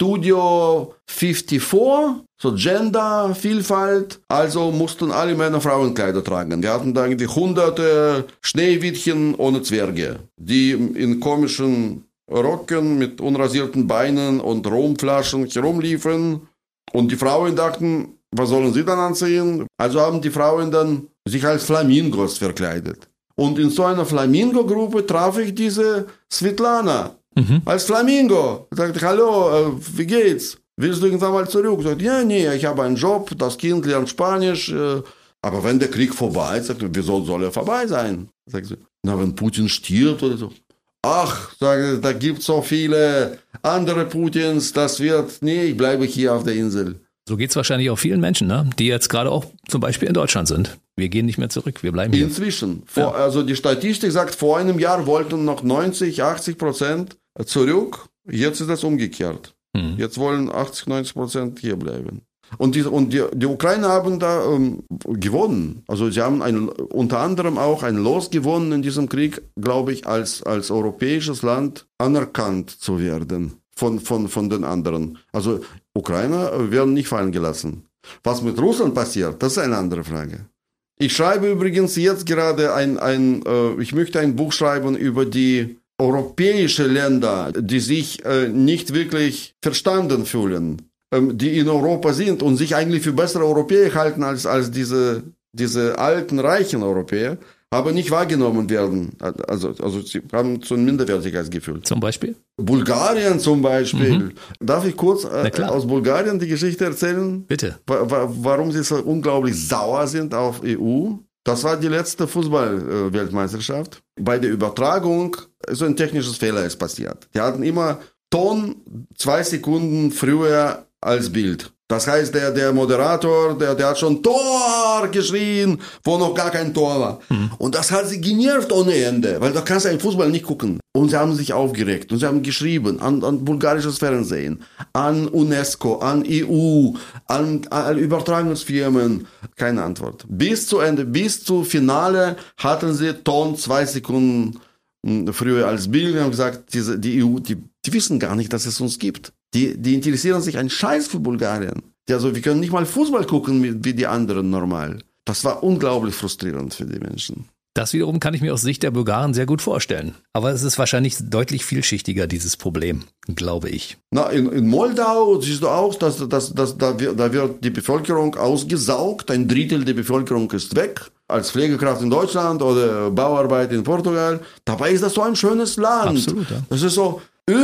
Studio vierundfünfzig, so Gender, Vielfalt, also mussten alle Männer Frauenkleider tragen. Wir hatten da irgendwie hunderte Schneewittchen ohne Zwerge, die in komischen Röcken mit unrasierten Beinen und Rumflaschen herumliefen. Und die Frauen dachten, was sollen sie dann anziehen? Also haben die Frauen dann sich als Flamingos verkleidet. Und in so einer Flamingo-Gruppe traf ich diese Svetlana. Mhm. Als Flamingo. Ich sagte, hallo, äh, wie geht's? Willst du irgendwann mal zurück? Ich sagte, ja, nee, ich habe einen Job, das Kind lernt Spanisch. Äh, aber wenn der Krieg vorbei ist, sagte, wieso soll er vorbei sein? Sagte sie, na, wenn Putin stirbt oder so. Ach, sage, da gibt es so viele andere Putins, das wird, nee, ich bleibe hier auf der Insel. So geht es wahrscheinlich auch vielen Menschen, ne? Die jetzt gerade auch zum Beispiel in Deutschland sind. Wir gehen nicht mehr zurück, wir bleiben hier. Inzwischen. Vor, ja. Also die Statistik sagt, vor einem Jahr wollten noch neunzig, achtzig Prozent zurück. Jetzt ist das umgekehrt. Hm. Jetzt wollen achtzig, neunzig Prozent hier bleiben. Und die, und die, die Ukrainer haben da ähm, gewonnen. Also sie haben ein, unter anderem auch ein Los gewonnen in diesem Krieg, glaube ich, als, als europäisches Land anerkannt zu werden von, von, von den anderen. Also Ukrainer werden nicht fallen gelassen. Was mit Russland passiert, das ist eine andere Frage. Ich schreibe übrigens jetzt gerade ein, ein äh, ich möchte ein Buch schreiben über die europäische Länder, die sich äh, nicht wirklich verstanden fühlen, ähm, die in Europa sind und sich eigentlich für bessere Europäer halten als, als diese, diese alten, reichen Europäer, aber nicht wahrgenommen werden. Also, also sie haben so ein Minderwertigkeitsgefühl. Zum Beispiel? Bulgarien zum Beispiel. Mhm. Darf ich kurz äh, aus Bulgarien die Geschichte erzählen? Bitte. Wa- wa- warum sie so unglaublich sauer sind auf E U? Das war die letzte Fußball-Weltmeisterschaft. Bei der Übertragung so ein technisches Fehler ist passiert. Die hatten immer Ton zwei Sekunden früher als Bild. Das heißt, der, der Moderator, der, der hat schon Tor geschrien, wo noch gar kein Tor war. Mhm. Und das hat sie genervt ohne Ende, weil da kannst du einen Fußball nicht gucken. Und sie haben sich aufgeregt und sie haben geschrieben an, an bulgarisches Fernsehen, an UNESCO, an E U, an, an Übertragungsfirmen. Keine Antwort. Bis zu Ende, bis zu Finale hatten sie Ton zwei Sekunden früher als Bild. Wir haben gesagt, diese, die E U, die, die wissen gar nicht, dass es uns gibt. Die, die interessieren sich einen Scheiß für Bulgarien. Die, also wir können nicht mal Fußball gucken wie die anderen normal. Das war unglaublich frustrierend für die Menschen. Das wiederum kann ich mir aus Sicht der Bulgaren sehr gut vorstellen. Aber es ist wahrscheinlich deutlich vielschichtiger, dieses Problem, glaube ich. Na, in, in Moldau siehst du auch, dass, dass, dass da, wird, da wird die Bevölkerung ausgesaugt. Ein Drittel der Bevölkerung ist weg. Als Pflegekraft in Deutschland oder Bauarbeit in Portugal. Dabei ist das so ein schönes Land. Absolut, ja. Das ist so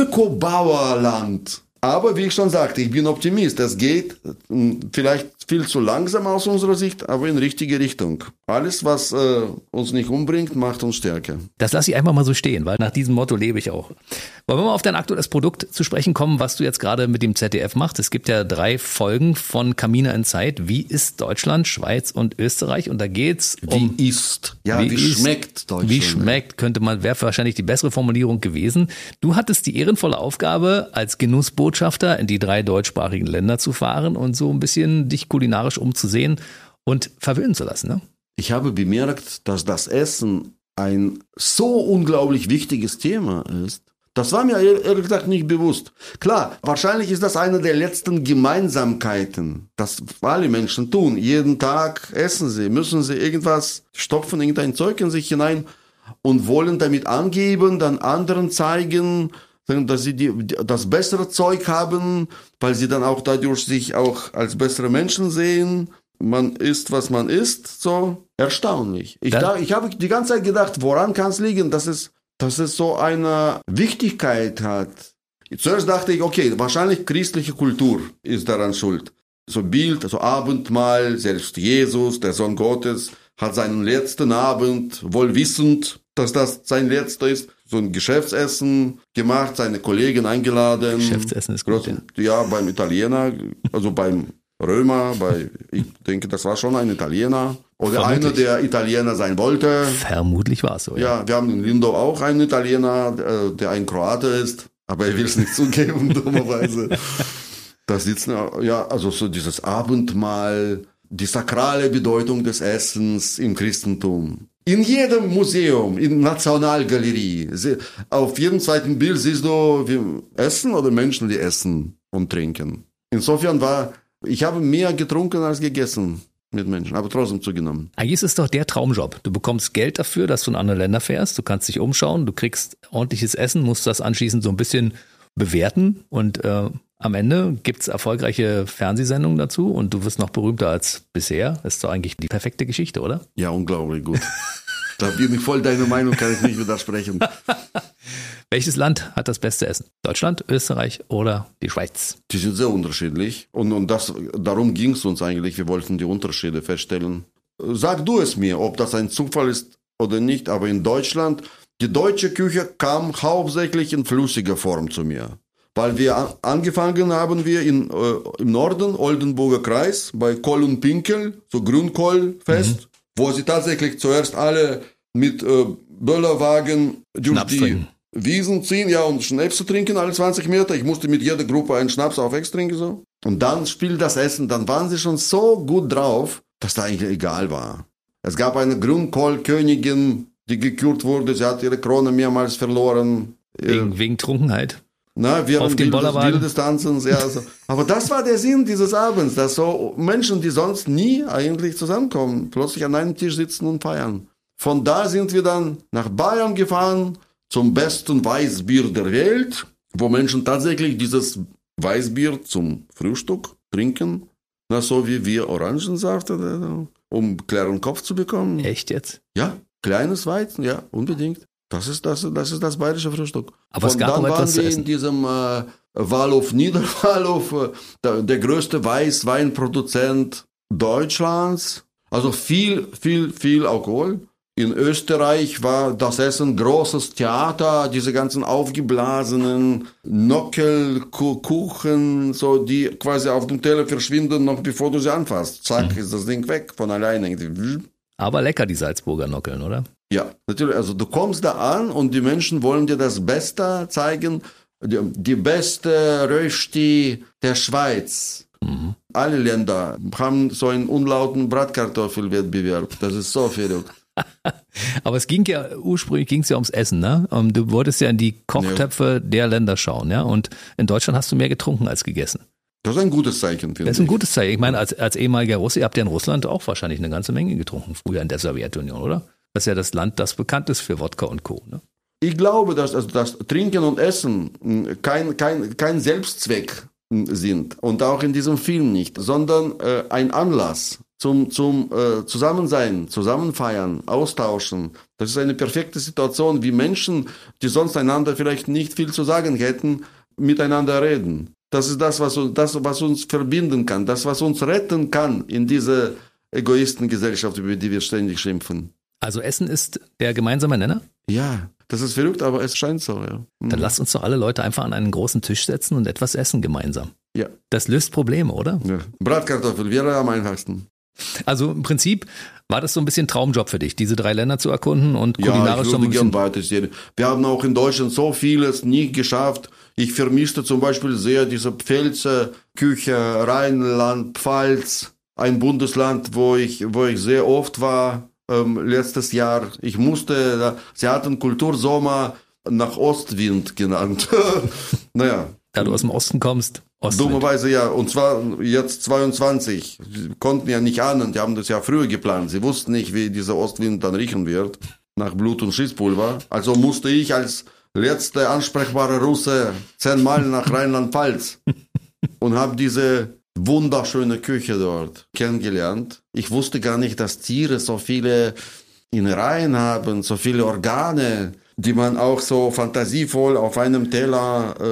Öko-Bauerland. Aber wie ich schon sagte, ich bin Optimist. Es geht vielleicht viel zu langsam aus unserer Sicht, aber in richtige Richtung. Alles, was äh, uns nicht umbringt, macht uns stärker. Das lasse ich einfach mal so stehen, weil nach diesem Motto lebe ich auch. Wollen wir mal auf dein aktuelles Produkt zu sprechen kommen, was du jetzt gerade mit dem Z D F machst? Es gibt ja drei Folgen von Camina in Zeit. Wie ist Deutschland, Schweiz und Österreich? Und da geht's um... Wie ist? Ja, wie, wie ist, schmeckt Deutschland? Wie schmeckt, könnte man, wäre wahrscheinlich die bessere Formulierung gewesen. Du hattest die ehrenvolle Aufgabe, als Genussbotschafter in die drei deutschsprachigen Länder zu fahren und so ein bisschen dich kulinarisch umzusehen und verwöhnen zu lassen, ne? Ich habe bemerkt, dass das Essen ein so unglaublich wichtiges Thema ist. Das war mir ehrlich gesagt nicht bewusst. Klar, wahrscheinlich ist das eine der letzten Gemeinsamkeiten, das alle Menschen tun. Jeden Tag essen sie, müssen sie irgendwas stopfen, irgendein Zeug in sich hinein und wollen damit angeben, dann anderen zeigen, dass sie die, das bessere Zeug haben, weil sie dann auch dadurch sich auch als bessere Menschen sehen. Man isst, was man isst, so erstaunlich. Ich, da, ich habe die ganze Zeit gedacht, woran kann es liegen, dass es, dass es so eine Wichtigkeit hat. Zuerst dachte ich, okay, wahrscheinlich christliche Kultur ist daran schuld. So Bild, so Abendmahl, selbst Jesus, der Sohn Gottes, hat seinen letzten Abend, wohl wissend, dass das sein letzter ist, so ein Geschäftsessen gemacht, seine Kollegen eingeladen. Geschäftsessen ist gut, ja. Ja, beim Italiener, also beim Römer, bei, ich denke, das war schon ein Italiener. Oder Vermutlich. einer, der Italiener sein wollte. Vermutlich war es so, ja. Ja, wir haben in Lindau auch einen Italiener, der ein Kroate ist, aber er will es nicht zugeben, dummerweise. Da sitzen, ja, also so dieses Abendmahl, die sakrale Bedeutung des Essens im Christentum. In jedem Museum, in Nationalgalerie, auf jedem zweiten Bild siehst du wie Essen oder Menschen, die essen und trinken. Insofern war, ich habe mehr getrunken als gegessen mit Menschen, aber trotzdem zugenommen. Eigentlich ist es doch der Traumjob. Du bekommst Geld dafür, dass du in andere Länder fährst, du kannst dich umschauen, du kriegst ordentliches Essen, musst das anschließend so ein bisschen bewerten und äh, am Ende gibt's erfolgreiche Fernsehsendungen dazu und du wirst noch berühmter als bisher. Das ist doch eigentlich die perfekte Geschichte, oder? Ja, unglaublich gut. Da bin ich voll deiner Meinung, kann ich nicht widersprechen. Welches Land hat das beste Essen? Deutschland, Österreich oder die Schweiz? Die sind sehr unterschiedlich und, und das, darum ging es uns eigentlich. Wir wollten die Unterschiede feststellen. Sag du es mir, ob das ein Zufall ist oder nicht, aber in Deutschland, die deutsche Küche kam hauptsächlich in flüssiger Form zu mir. Weil wir an, angefangen haben wir in, äh, im Norden, Oldenburger Kreis, bei Koll und Pinkel, so Grünkohlfest, mhm. wo sie tatsächlich zuerst alle mit äh, Böllerwagen durch Schnaps die trinken. Wiesen ziehen, ja, und Schnäpse trinken alle zwanzig Meter. Ich musste mit jeder Gruppe einen Schnaps auf Ex trinken, so. Und dann spielt das Essen, dann waren sie schon so gut drauf, dass da eigentlich egal war. Es gab eine Grünkohlkönigin, die gekürt wurde, sie hat ihre Krone mehrmals verloren. Wegen, wegen Trunkenheit? Na, wir Auf dem Bollerwagen. wildes Tanzens, ja, so. Aber das war der Sinn dieses Abends, dass so Menschen, die sonst nie eigentlich zusammenkommen, plötzlich an einem Tisch sitzen und feiern. Von da sind wir dann nach Bayern gefahren, zum besten Weißbier der Welt, wo Menschen tatsächlich dieses Weißbier zum Frühstück trinken, na, so wie wir Orangensaft, um klaren Kopf zu bekommen. Echt jetzt? Ja, kleines Weizen, ja, unbedingt. Das ist das, das ist das bayerische Frühstück. Aber es gab dann auch waren etwas zu wir essen. in diesem äh, Wallhof, Niederwallhof, äh, der, der größte Weißweinproduzent Deutschlands. Also viel, viel, viel Alkohol. In Österreich war das Essen großes Theater, diese ganzen aufgeblasenen Nockelkuchen, so die quasi auf dem Teller verschwinden, noch bevor du sie anfasst. Zack, mhm. ist das Ding weg von alleine. Aber lecker, die Salzburger Nockeln, oder? Ja, natürlich. Also du kommst da an und die Menschen wollen dir das Beste zeigen, die, die beste Rösti der Schweiz. Mhm. Alle Länder haben so einen unlauten Bratkartoffelwettbewerb. Das ist so verrückt. Aber es ging ja, ursprünglich ging es ja ums Essen, ne? Du wolltest ja in die Kochtöpfe ja. der Länder schauen, ja? Und in Deutschland hast du mehr getrunken als gegessen. Das ist ein gutes Zeichen, finde ich. Das ist ein gutes Zeichen. Ich meine, als, als ehemaliger Russe, ihr habt ja in Russland auch wahrscheinlich eine ganze Menge getrunken, früher in der Sowjetunion, oder? Das ist ja das Land, das bekannt ist für Wodka und Co., ne? Ich glaube, dass also das Trinken und Essen kein, kein, kein Selbstzweck sind und auch in diesem Film nicht, sondern äh, ein Anlass zum, zum äh, Zusammensein, Zusammenfeiern, Austauschen. Das ist eine perfekte Situation, wie Menschen, die sonst einander vielleicht nicht viel zu sagen hätten, miteinander reden. Das ist das, was uns, das, was uns verbinden kann, das, was uns retten kann in dieser Egoistengesellschaft, über die wir ständig schimpfen. Also Essen ist der gemeinsame Nenner? Ja, das ist verrückt, aber es scheint so, ja. Mhm. Dann lasst uns doch alle Leute einfach an einen großen Tisch setzen und etwas essen gemeinsam. Ja. Das löst Probleme, oder? Ja. Bratkartoffel wäre am einfachsten. Also im Prinzip war das so ein bisschen Traumjob für dich, diese drei Länder zu erkunden und kulinarisch ja, so ein bisschen... gern weitersehen. Wir haben auch in Deutschland so vieles nicht geschafft. Ich vermisste zum Beispiel sehr diese Pfälzer Küche, Rheinland, Pfalz, ein Bundesland, wo ich, wo ich sehr oft war. Ähm, letztes Jahr, ich musste, sie hatten Kultursommer nach Ostwind genannt. Naja. Da du aus dem Osten kommst, Ostwind. Dummerweise ja, und zwar jetzt zweiundzwanzig. Sie konnten ja nicht ahnen, die haben das ja früher geplant. Sie wussten nicht, wie dieser Ostwind dann riechen wird, nach Blut und Schießpulver. Also musste ich als letzter ansprechbare Russe zehnmal nach Rheinland-Pfalz und habe diese wunderschöne Küche dort kennengelernt. Ich wusste gar nicht, dass Tiere so viele Innereien haben, so viele Organe, die man auch so fantasievoll auf einem Teller äh,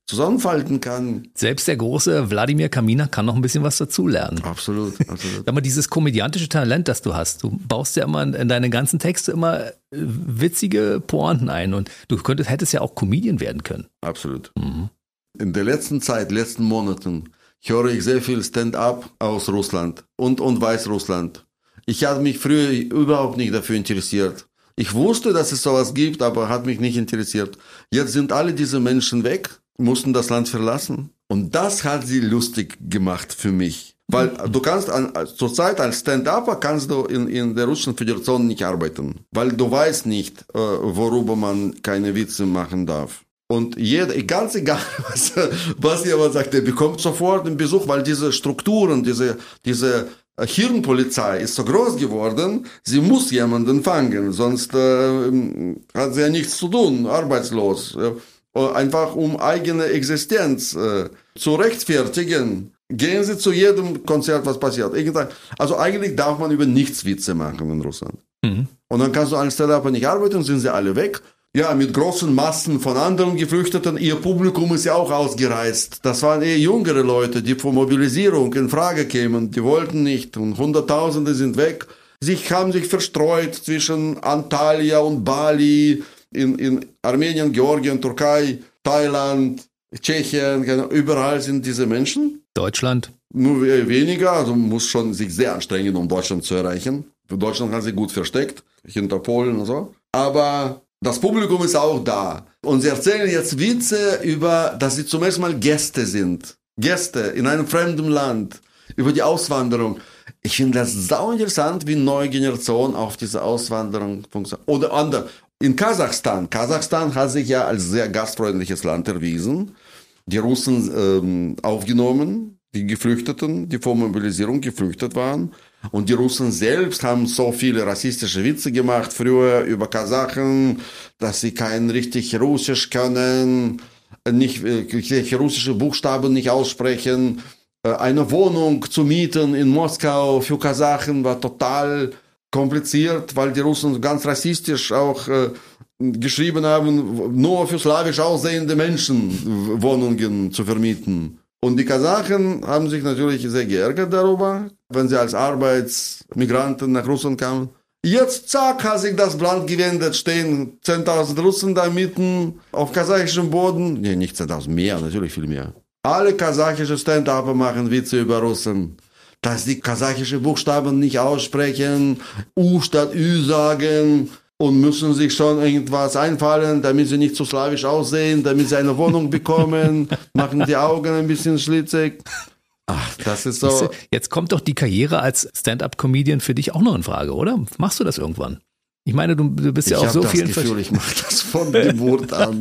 zusammenfalten kann. Selbst der große Wladimir Kaminer kann noch ein bisschen was dazulernen. Absolut, absolut. Aber dieses komödiantische Talent, das du hast, du baust ja immer in deine ganzen Texte immer witzige Pointen ein und du könntest, hättest ja auch Comedian werden können. Absolut. Mhm. In der letzten Zeit, letzten Monaten, höre ich sehr viel Stand-up aus Russland und, und Weißrussland. Ich habe mich früher überhaupt nicht dafür interessiert. Ich wusste, dass es sowas gibt, aber hat mich nicht interessiert. Jetzt sind alle diese Menschen weg, mussten das Land verlassen. Und das hat sie lustig gemacht für mich. Weil du kannst an, zurzeit als Stand-Upper kannst du in, in der Russischen Föderation nicht arbeiten. Weil du weißt nicht, äh, worüber man keine Witze machen darf. Und jeder, ganz egal, was, was jemand sagt, der bekommt sofort einen Besuch, weil diese Strukturen, diese, diese Hirnpolizei ist so groß geworden, sie muss jemanden fangen, sonst äh, hat sie ja nichts zu tun, arbeitslos. Einfach um eigene Existenz äh, zu rechtfertigen. Gehen Sie zu jedem Konzert, was passiert. Also eigentlich darf man über nichts Witze machen in Russland. Mhm. Und dann kannst du als Stand-Upper nicht arbeiten, sind sie alle weg. Ja, mit großen Massen von anderen Geflüchteten. Ihr Publikum ist ja auch ausgereist. Das waren eher jüngere Leute, die vor Mobilisierung in Frage kämen. Die wollten nicht und Hunderttausende sind weg. Sie haben sich verstreut zwischen Antalya und Bali, in, in Armenien, Georgien, Türkei, Thailand, Tschechien. Überall sind diese Menschen. Deutschland? Nur weniger, also man muss schon sich sehr anstrengen, um Deutschland zu erreichen. Für Deutschland hat sich gut versteckt, hinter Polen und so. Aber das Publikum ist auch da. Und sie erzählen jetzt Witze über, dass sie zum ersten Mal Gäste sind. Gäste in einem fremden Land. Über die Auswanderung. Ich finde das sau interessant, wie neue Generation auf diese Auswanderung funktioniert. Oder andere. In Kasachstan. Kasachstan hat sich ja als sehr gastfreundliches Land erwiesen. Die Russen ähm, aufgenommen, die Geflüchteten, die vor Mobilisierung geflüchtet waren. Und die Russen selbst haben so viele rassistische Witze gemacht früher über Kasachen, dass sie kein richtig Russisch können, nicht äh, russische Buchstaben nicht aussprechen. Äh, eine Wohnung zu mieten in Moskau für Kasachen war total kompliziert, weil die Russen ganz rassistisch auch äh, geschrieben haben, nur für slawisch aussehende Menschen Wohnungen zu vermieten. Und die Kasachen haben sich natürlich sehr geärgert darüber, wenn sie als Arbeitsmigranten nach Russland kamen. Jetzt, zack, hat sich das Land gewendet, stehen zehntausend Russen da mitten auf kasachischem Boden. Nee, nicht zehntausend, mehr, natürlich viel mehr. Alle kasachische Stand-Upper machen Witze über Russen. Dass die kasachische Buchstaben nicht aussprechen, U statt Ü sagen und müssen sich schon irgendwas einfallen, damit sie nicht zu slawisch aussehen, damit sie eine Wohnung bekommen, machen die Augen ein bisschen schlitzig. Ach, das ist so. Jetzt kommt doch die Karriere als Stand-up-Comedian für dich auch noch in Frage, oder? Machst du das irgendwann? Ich meine, du, du bist ja auf so vielen... Ich habe das Gefühl, ich mache das von Geburt an.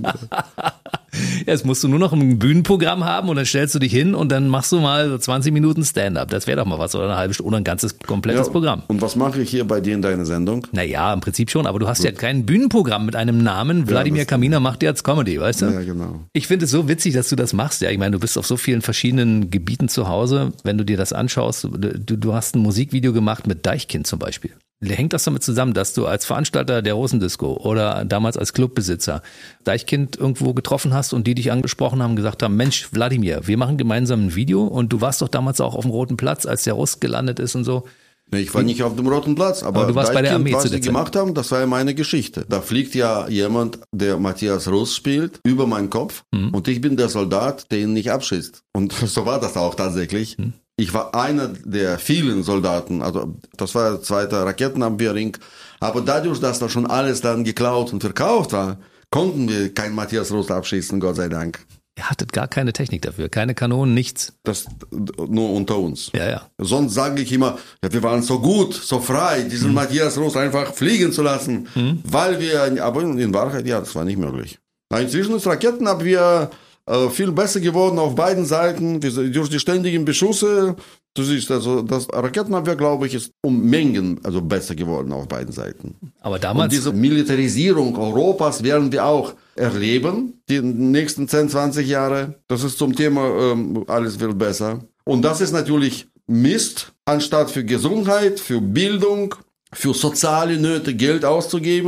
Ja, jetzt musst du nur noch ein Bühnenprogramm haben und dann stellst du dich hin und dann machst du mal so zwanzig Minuten Stand-up. Das wäre doch mal was, oder eine halbe Stunde oder ein ganzes, komplettes ja, Programm. Und was mache ich hier bei dir in deiner Sendung? Naja, im Prinzip schon, aber du hast Gut. ja kein Bühnenprogramm mit einem Namen. Wladimir ja, Kaminer macht jetzt Comedy, weißt du? Ja, genau. Ich finde es so witzig, dass du das machst. Ja, ich meine, du bist auf so vielen verschiedenen Gebieten zu Hause. Wenn du dir das anschaust, du, du hast ein Musikvideo gemacht mit Deichkind zum Beispiel. Hängt das damit zusammen, dass du als Veranstalter der Rusendisco oder damals als Clubbesitzer Deichkind irgendwo getroffen hast und die dich angesprochen haben, gesagt haben, Mensch, Wladimir, wir machen gemeinsam ein Video und du warst doch damals auch auf dem Roten Platz, als der Russ gelandet ist und so. Ich war nicht auf dem Roten Platz, aber, aber du warst Deichkind, bei der Armee was zu sie gemacht haben, das war ja meine Geschichte. Da fliegt ja jemand, der Matthias Russ spielt, über meinen Kopf mhm. und ich bin der Soldat, der ihn nicht abschießt. Und so war das auch tatsächlich. Mhm. Ich war einer der vielen Soldaten, also das war der zweite Raketenabwehrring, aber dadurch, dass da schon alles dann geklaut und verkauft war, konnten wir keinen Matthias Russ abschießen, Gott sei Dank. Ihr hattet gar keine Technik dafür, keine Kanonen, nichts. Das nur unter uns. Ja, ja. Sonst sage ich immer, ja, wir waren so gut, so frei, diesen mhm. Matthias Russ einfach fliegen zu lassen, mhm. weil wir, aber in Wahrheit, ja, das war nicht möglich. Inzwischen ist Raketenabwehr viel besser geworden auf beiden Seiten, durch die ständigen Beschüsse. Du siehst, also das Raketenabwehr, glaube ich, ist um Mengen also besser geworden auf beiden Seiten. Aber damals... Und diese Militarisierung Europas werden wir auch erleben, die nächsten zehn, zwanzig Jahre. Das ist zum Thema, ähm, alles wird besser. Und das ist natürlich Mist, anstatt für Gesundheit, für Bildung, für soziale Nöte Geld auszugeben,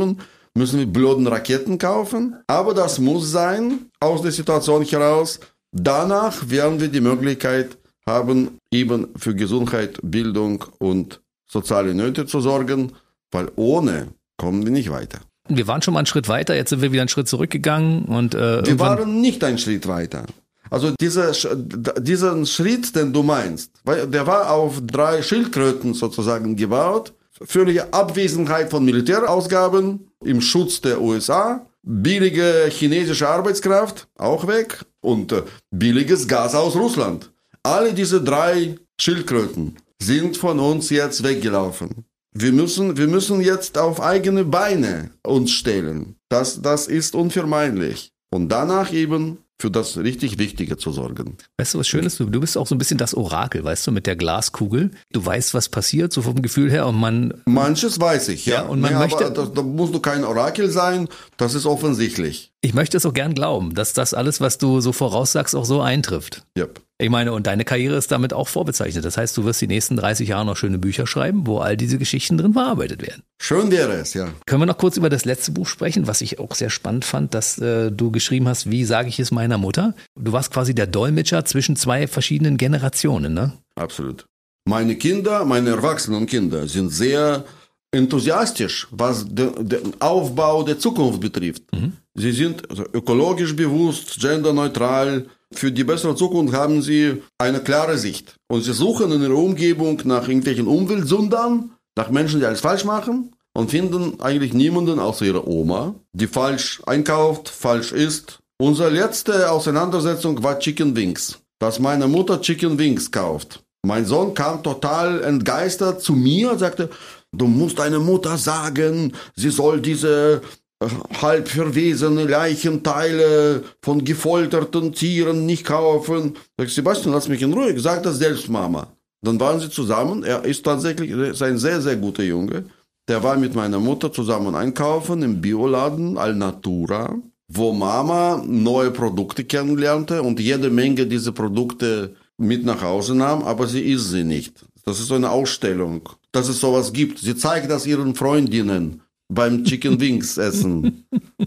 müssen wir blöden Raketen kaufen. Aber das muss sein, aus der Situation heraus. Danach werden wir die Möglichkeit haben, eben für Gesundheit, Bildung und soziale Nöte zu sorgen, weil ohne kommen wir nicht weiter. Wir waren schon mal einen Schritt weiter, jetzt sind wir wieder einen Schritt zurückgegangen. Und, äh, wir waren nicht einen Schritt weiter. Also dieser, diesen Schritt, den du meinst, der war auf drei Schildkröten sozusagen gebaut. Völlige Abwesenheit von Militärausgaben im Schutz der U S A, billige chinesische Arbeitskraft, auch weg, und billiges Gas aus Russland. Alle diese drei Schildkröten sind von uns jetzt weggelaufen. Wir müssen, wir müssen jetzt auf eigene Beine uns stellen. Das, das ist unvermeidlich. Und danach eben für das richtig Wichtige zu sorgen. Weißt du, was Schönes? Du, du bist auch so ein bisschen das Orakel, weißt du, mit der Glaskugel. Du weißt, was passiert, so vom Gefühl her, und man... Manches weiß ich, ja. ja und man nee, möchte... Aber da, da musst du kein Orakel sein, das ist offensichtlich. Ich möchte es auch gern glauben, dass das alles, was du so voraussagst, auch so eintrifft. Yep. Ich meine, und deine Karriere ist damit auch vorbezeichnet. Das heißt, du wirst die nächsten dreißig Jahre noch schöne Bücher schreiben, wo all diese Geschichten drin verarbeitet werden. Schön wäre es, ja. Können wir noch kurz über das letzte Buch sprechen, was ich auch sehr spannend fand, dass äh, du geschrieben hast, wie sage ich es meiner Mutter? Du warst quasi der Dolmetscher zwischen zwei verschiedenen Generationen, ne? Absolut. Meine Kinder, meine erwachsenen Kinder sind sehr enthusiastisch, was de, den Aufbau der Zukunft betrifft. Mhm. Sie sind also ökologisch bewusst, genderneutral. Für die bessere Zukunft haben sie eine klare Sicht. Und sie suchen in ihrer Umgebung nach irgendwelchen Umweltsündern, nach Menschen, die alles falsch machen, und finden eigentlich niemanden außer ihrer Oma, die falsch einkauft, falsch isst. Unsere letzte Auseinandersetzung war Chicken Wings, dass meine Mutter Chicken Wings kauft. Mein Sohn kam total entgeistert zu mir und sagte, du musst deiner Mutter sagen, sie soll diese halb verwesene Leichenteile von gefolterten Tieren nicht kaufen. Ich sag, Sebastian, lass mich in Ruhe. Ich sag das selbst, Mama. Dann waren sie zusammen. Er ist tatsächlich ist ein sehr, sehr guter Junge. Der war mit meiner Mutter zusammen einkaufen im Bioladen Alnatura, wo Mama neue Produkte kennenlernte und jede Menge diese Produkte mit nach Hause nahm, aber sie isst sie nicht. Das ist so eine Ausstellung, dass es sowas gibt. Sie zeigt das ihren Freundinnen beim Chicken Wings essen.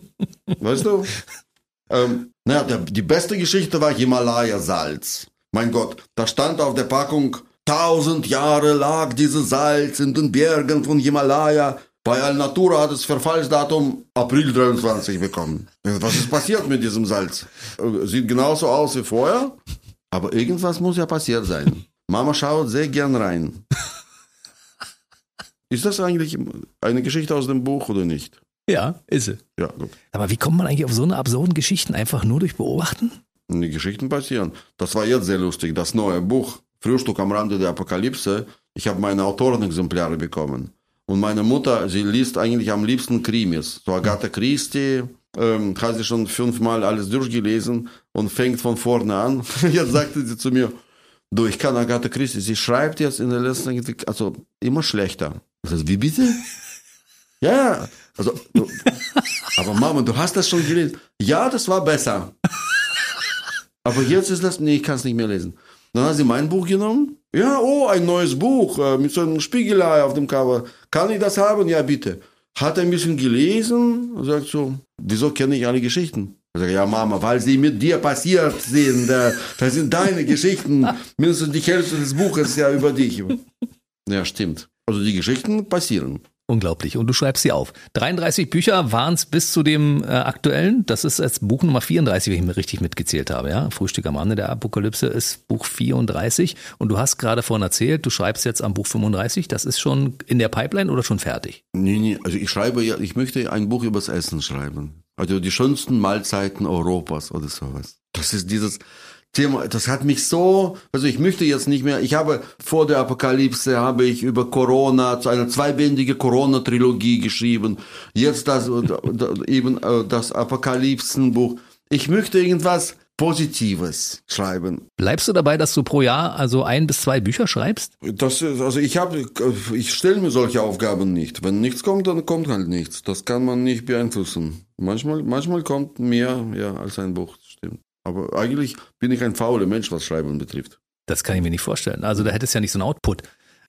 Weißt du? Ähm, naja, der, die beste Geschichte war Himalaya-Salz. Mein Gott, da stand auf der Packung, tausend Jahre lag dieses Salz in den Bergen von Himalaya. Bei Alnatura hat es Verfallsdatum April dreiundzwanzig bekommen. Was ist passiert mit diesem Salz? Sieht genauso aus wie vorher, aber irgendwas muss ja passiert sein. Mama schaut sehr gern rein. Ist das eigentlich eine Geschichte aus dem Buch oder nicht? Ja, ist sie. Ja, gut. Aber wie kommt man eigentlich auf so eine absurden Geschichten? Einfach nur durch Beobachten? Die Geschichten passieren. Das war jetzt sehr lustig. Das neue Buch, Frühstück am Rande der Apokalypse. Ich habe meine Autorenexemplare bekommen. Und meine Mutter, sie liest eigentlich am liebsten Krimis. So Agatha Christie, ähm, hat sie schon fünfmal alles durchgelesen und fängt von vorne an. Jetzt sagte sie zu mir, du, ich kann Agatha Christie, sie schreibt jetzt in der letzten, also immer schlechter. Ich sage, wie bitte? Ja, also, du, aber Mama, du hast das schon gelesen. Ja, das war besser. Aber jetzt ist das, nee, ich kann es nicht mehr lesen. Dann hat sie mein Buch genommen. Ja, oh, ein neues Buch äh, mit so einem Spiegelei auf dem Cover. Kann ich das haben? Ja, bitte. Hat ein bisschen gelesen und sagt so, wieso kenne ich alle Geschichten? Ich sage, ja, Mama, weil sie mit dir passiert sind. Äh, das sind deine Geschichten. Mindestens die Hälfte des Buches ist ja über dich. Ja, stimmt. Also die Geschichten passieren. Unglaublich. Und du schreibst sie auf. dreiunddreißig Bücher waren es bis zu dem äh, aktuellen. Das ist jetzt Buch Nummer vierunddreißig, wenn ich mir richtig mitgezählt habe. Ja? Frühstück am Rande der Apokalypse ist Buch vierunddreißig. Und du hast gerade vorhin erzählt, du schreibst jetzt am Buch fünfunddreißig. Das ist schon in der Pipeline oder schon fertig? Nee, nee. Also ich schreibe ja, ich möchte ein Buch übers Essen schreiben. Also die schönsten Mahlzeiten Europas oder sowas. Das ist dieses Thema, das hat mich so, also ich möchte jetzt nicht mehr, ich habe vor der Apokalypse habe ich über Corona, eine zweibändige Corona-Trilogie geschrieben, jetzt das, eben das Apokalypsenbuch. Ich möchte irgendwas Positives schreiben. Bleibst du dabei, dass du pro Jahr also ein bis zwei Bücher schreibst? Das ist, also ich habe, ich stelle mir solche Aufgaben nicht. Wenn nichts kommt, dann kommt halt nichts. Das kann man nicht beeinflussen. Manchmal, manchmal kommt mehr, ja, als ein Buch, stimmt. Aber eigentlich bin ich ein fauler Mensch, was Schreiben betrifft. Das kann ich mir nicht vorstellen. Also da hättest du ja nicht so einen Output.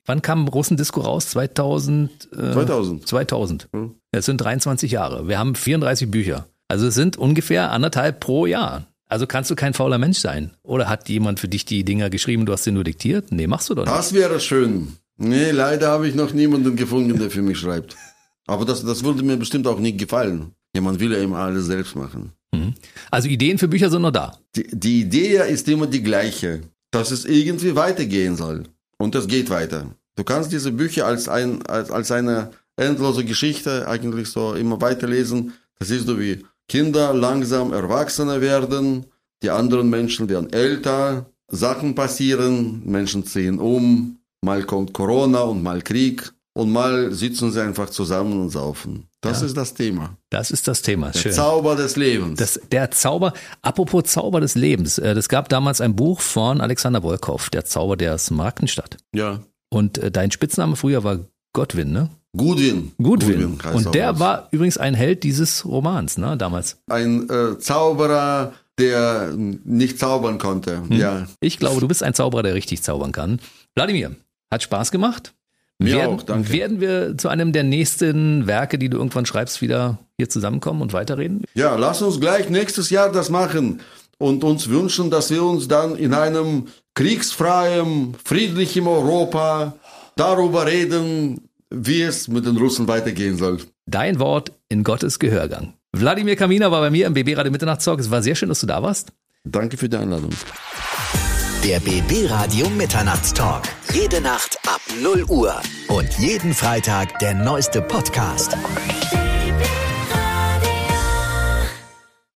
Wann kam Russendisco raus? zweitausend? Äh, zweitausend. zweitausend. Hm. Das sind dreiundzwanzig Jahre. Wir haben vierunddreißig Bücher. Also es sind ungefähr anderthalb pro Jahr. Also kannst du kein fauler Mensch sein. Oder hat jemand für dich die Dinger geschrieben, du hast sie nur diktiert? Nee, machst du doch nicht. Das wäre schön. Nee, leider habe ich noch niemanden gefunden, der für mich schreibt. Aber das, das würde mir bestimmt auch nicht gefallen. Ja, man will ja immer alles selbst machen. Mhm. Also Ideen für Bücher sind noch da. Die, die Idee ist immer die gleiche, dass es irgendwie weitergehen soll. Und es geht weiter. Du kannst diese Bücher als, ein, als, als eine endlose Geschichte eigentlich so immer weiterlesen. Das ist so wie Kinder langsam Erwachsener werden, die anderen Menschen werden älter, Sachen passieren, Menschen ziehen um, mal kommt Corona und mal Krieg und mal sitzen sie einfach zusammen und saufen. Das ja. ist das Thema. Das ist das Thema. Der Schön. Zauber des Lebens. Das, der Zauber, apropos Zauber des Lebens. Es gab damals ein Buch von Alexander Wolkow, der Zauber der Smaragdenstadt. Ja. Und dein Spitzname früher war Godwin, ne? Gudwin. Gudwin. Gudwin und der was. war übrigens ein Held dieses Romans, ne, damals. Ein äh, Zauberer, der nicht zaubern konnte, hm. ja. Ich glaube, du bist ein Zauberer, der richtig zaubern kann. Wladimir, hat Spaß gemacht. Mir werden, auch, danke. Werden wir zu einem der nächsten Werke, die du irgendwann schreibst, wieder hier zusammenkommen und weiterreden? Ja, lass uns gleich nächstes Jahr das machen und uns wünschen, dass wir uns dann in einem kriegsfreien, friedlichen Europa darüber reden, wie es mit den Russen weitergehen soll. Dein Wort in Gottes Gehörgang. Wladimir Kaminer war bei mir im B B Radio Mitternachtstalk. Es war sehr schön, dass du da warst. Danke für die Einladung. Der B B Radio Mitternachtstalk. Jede Nacht ab null Uhr. Und jeden Freitag der neueste Podcast.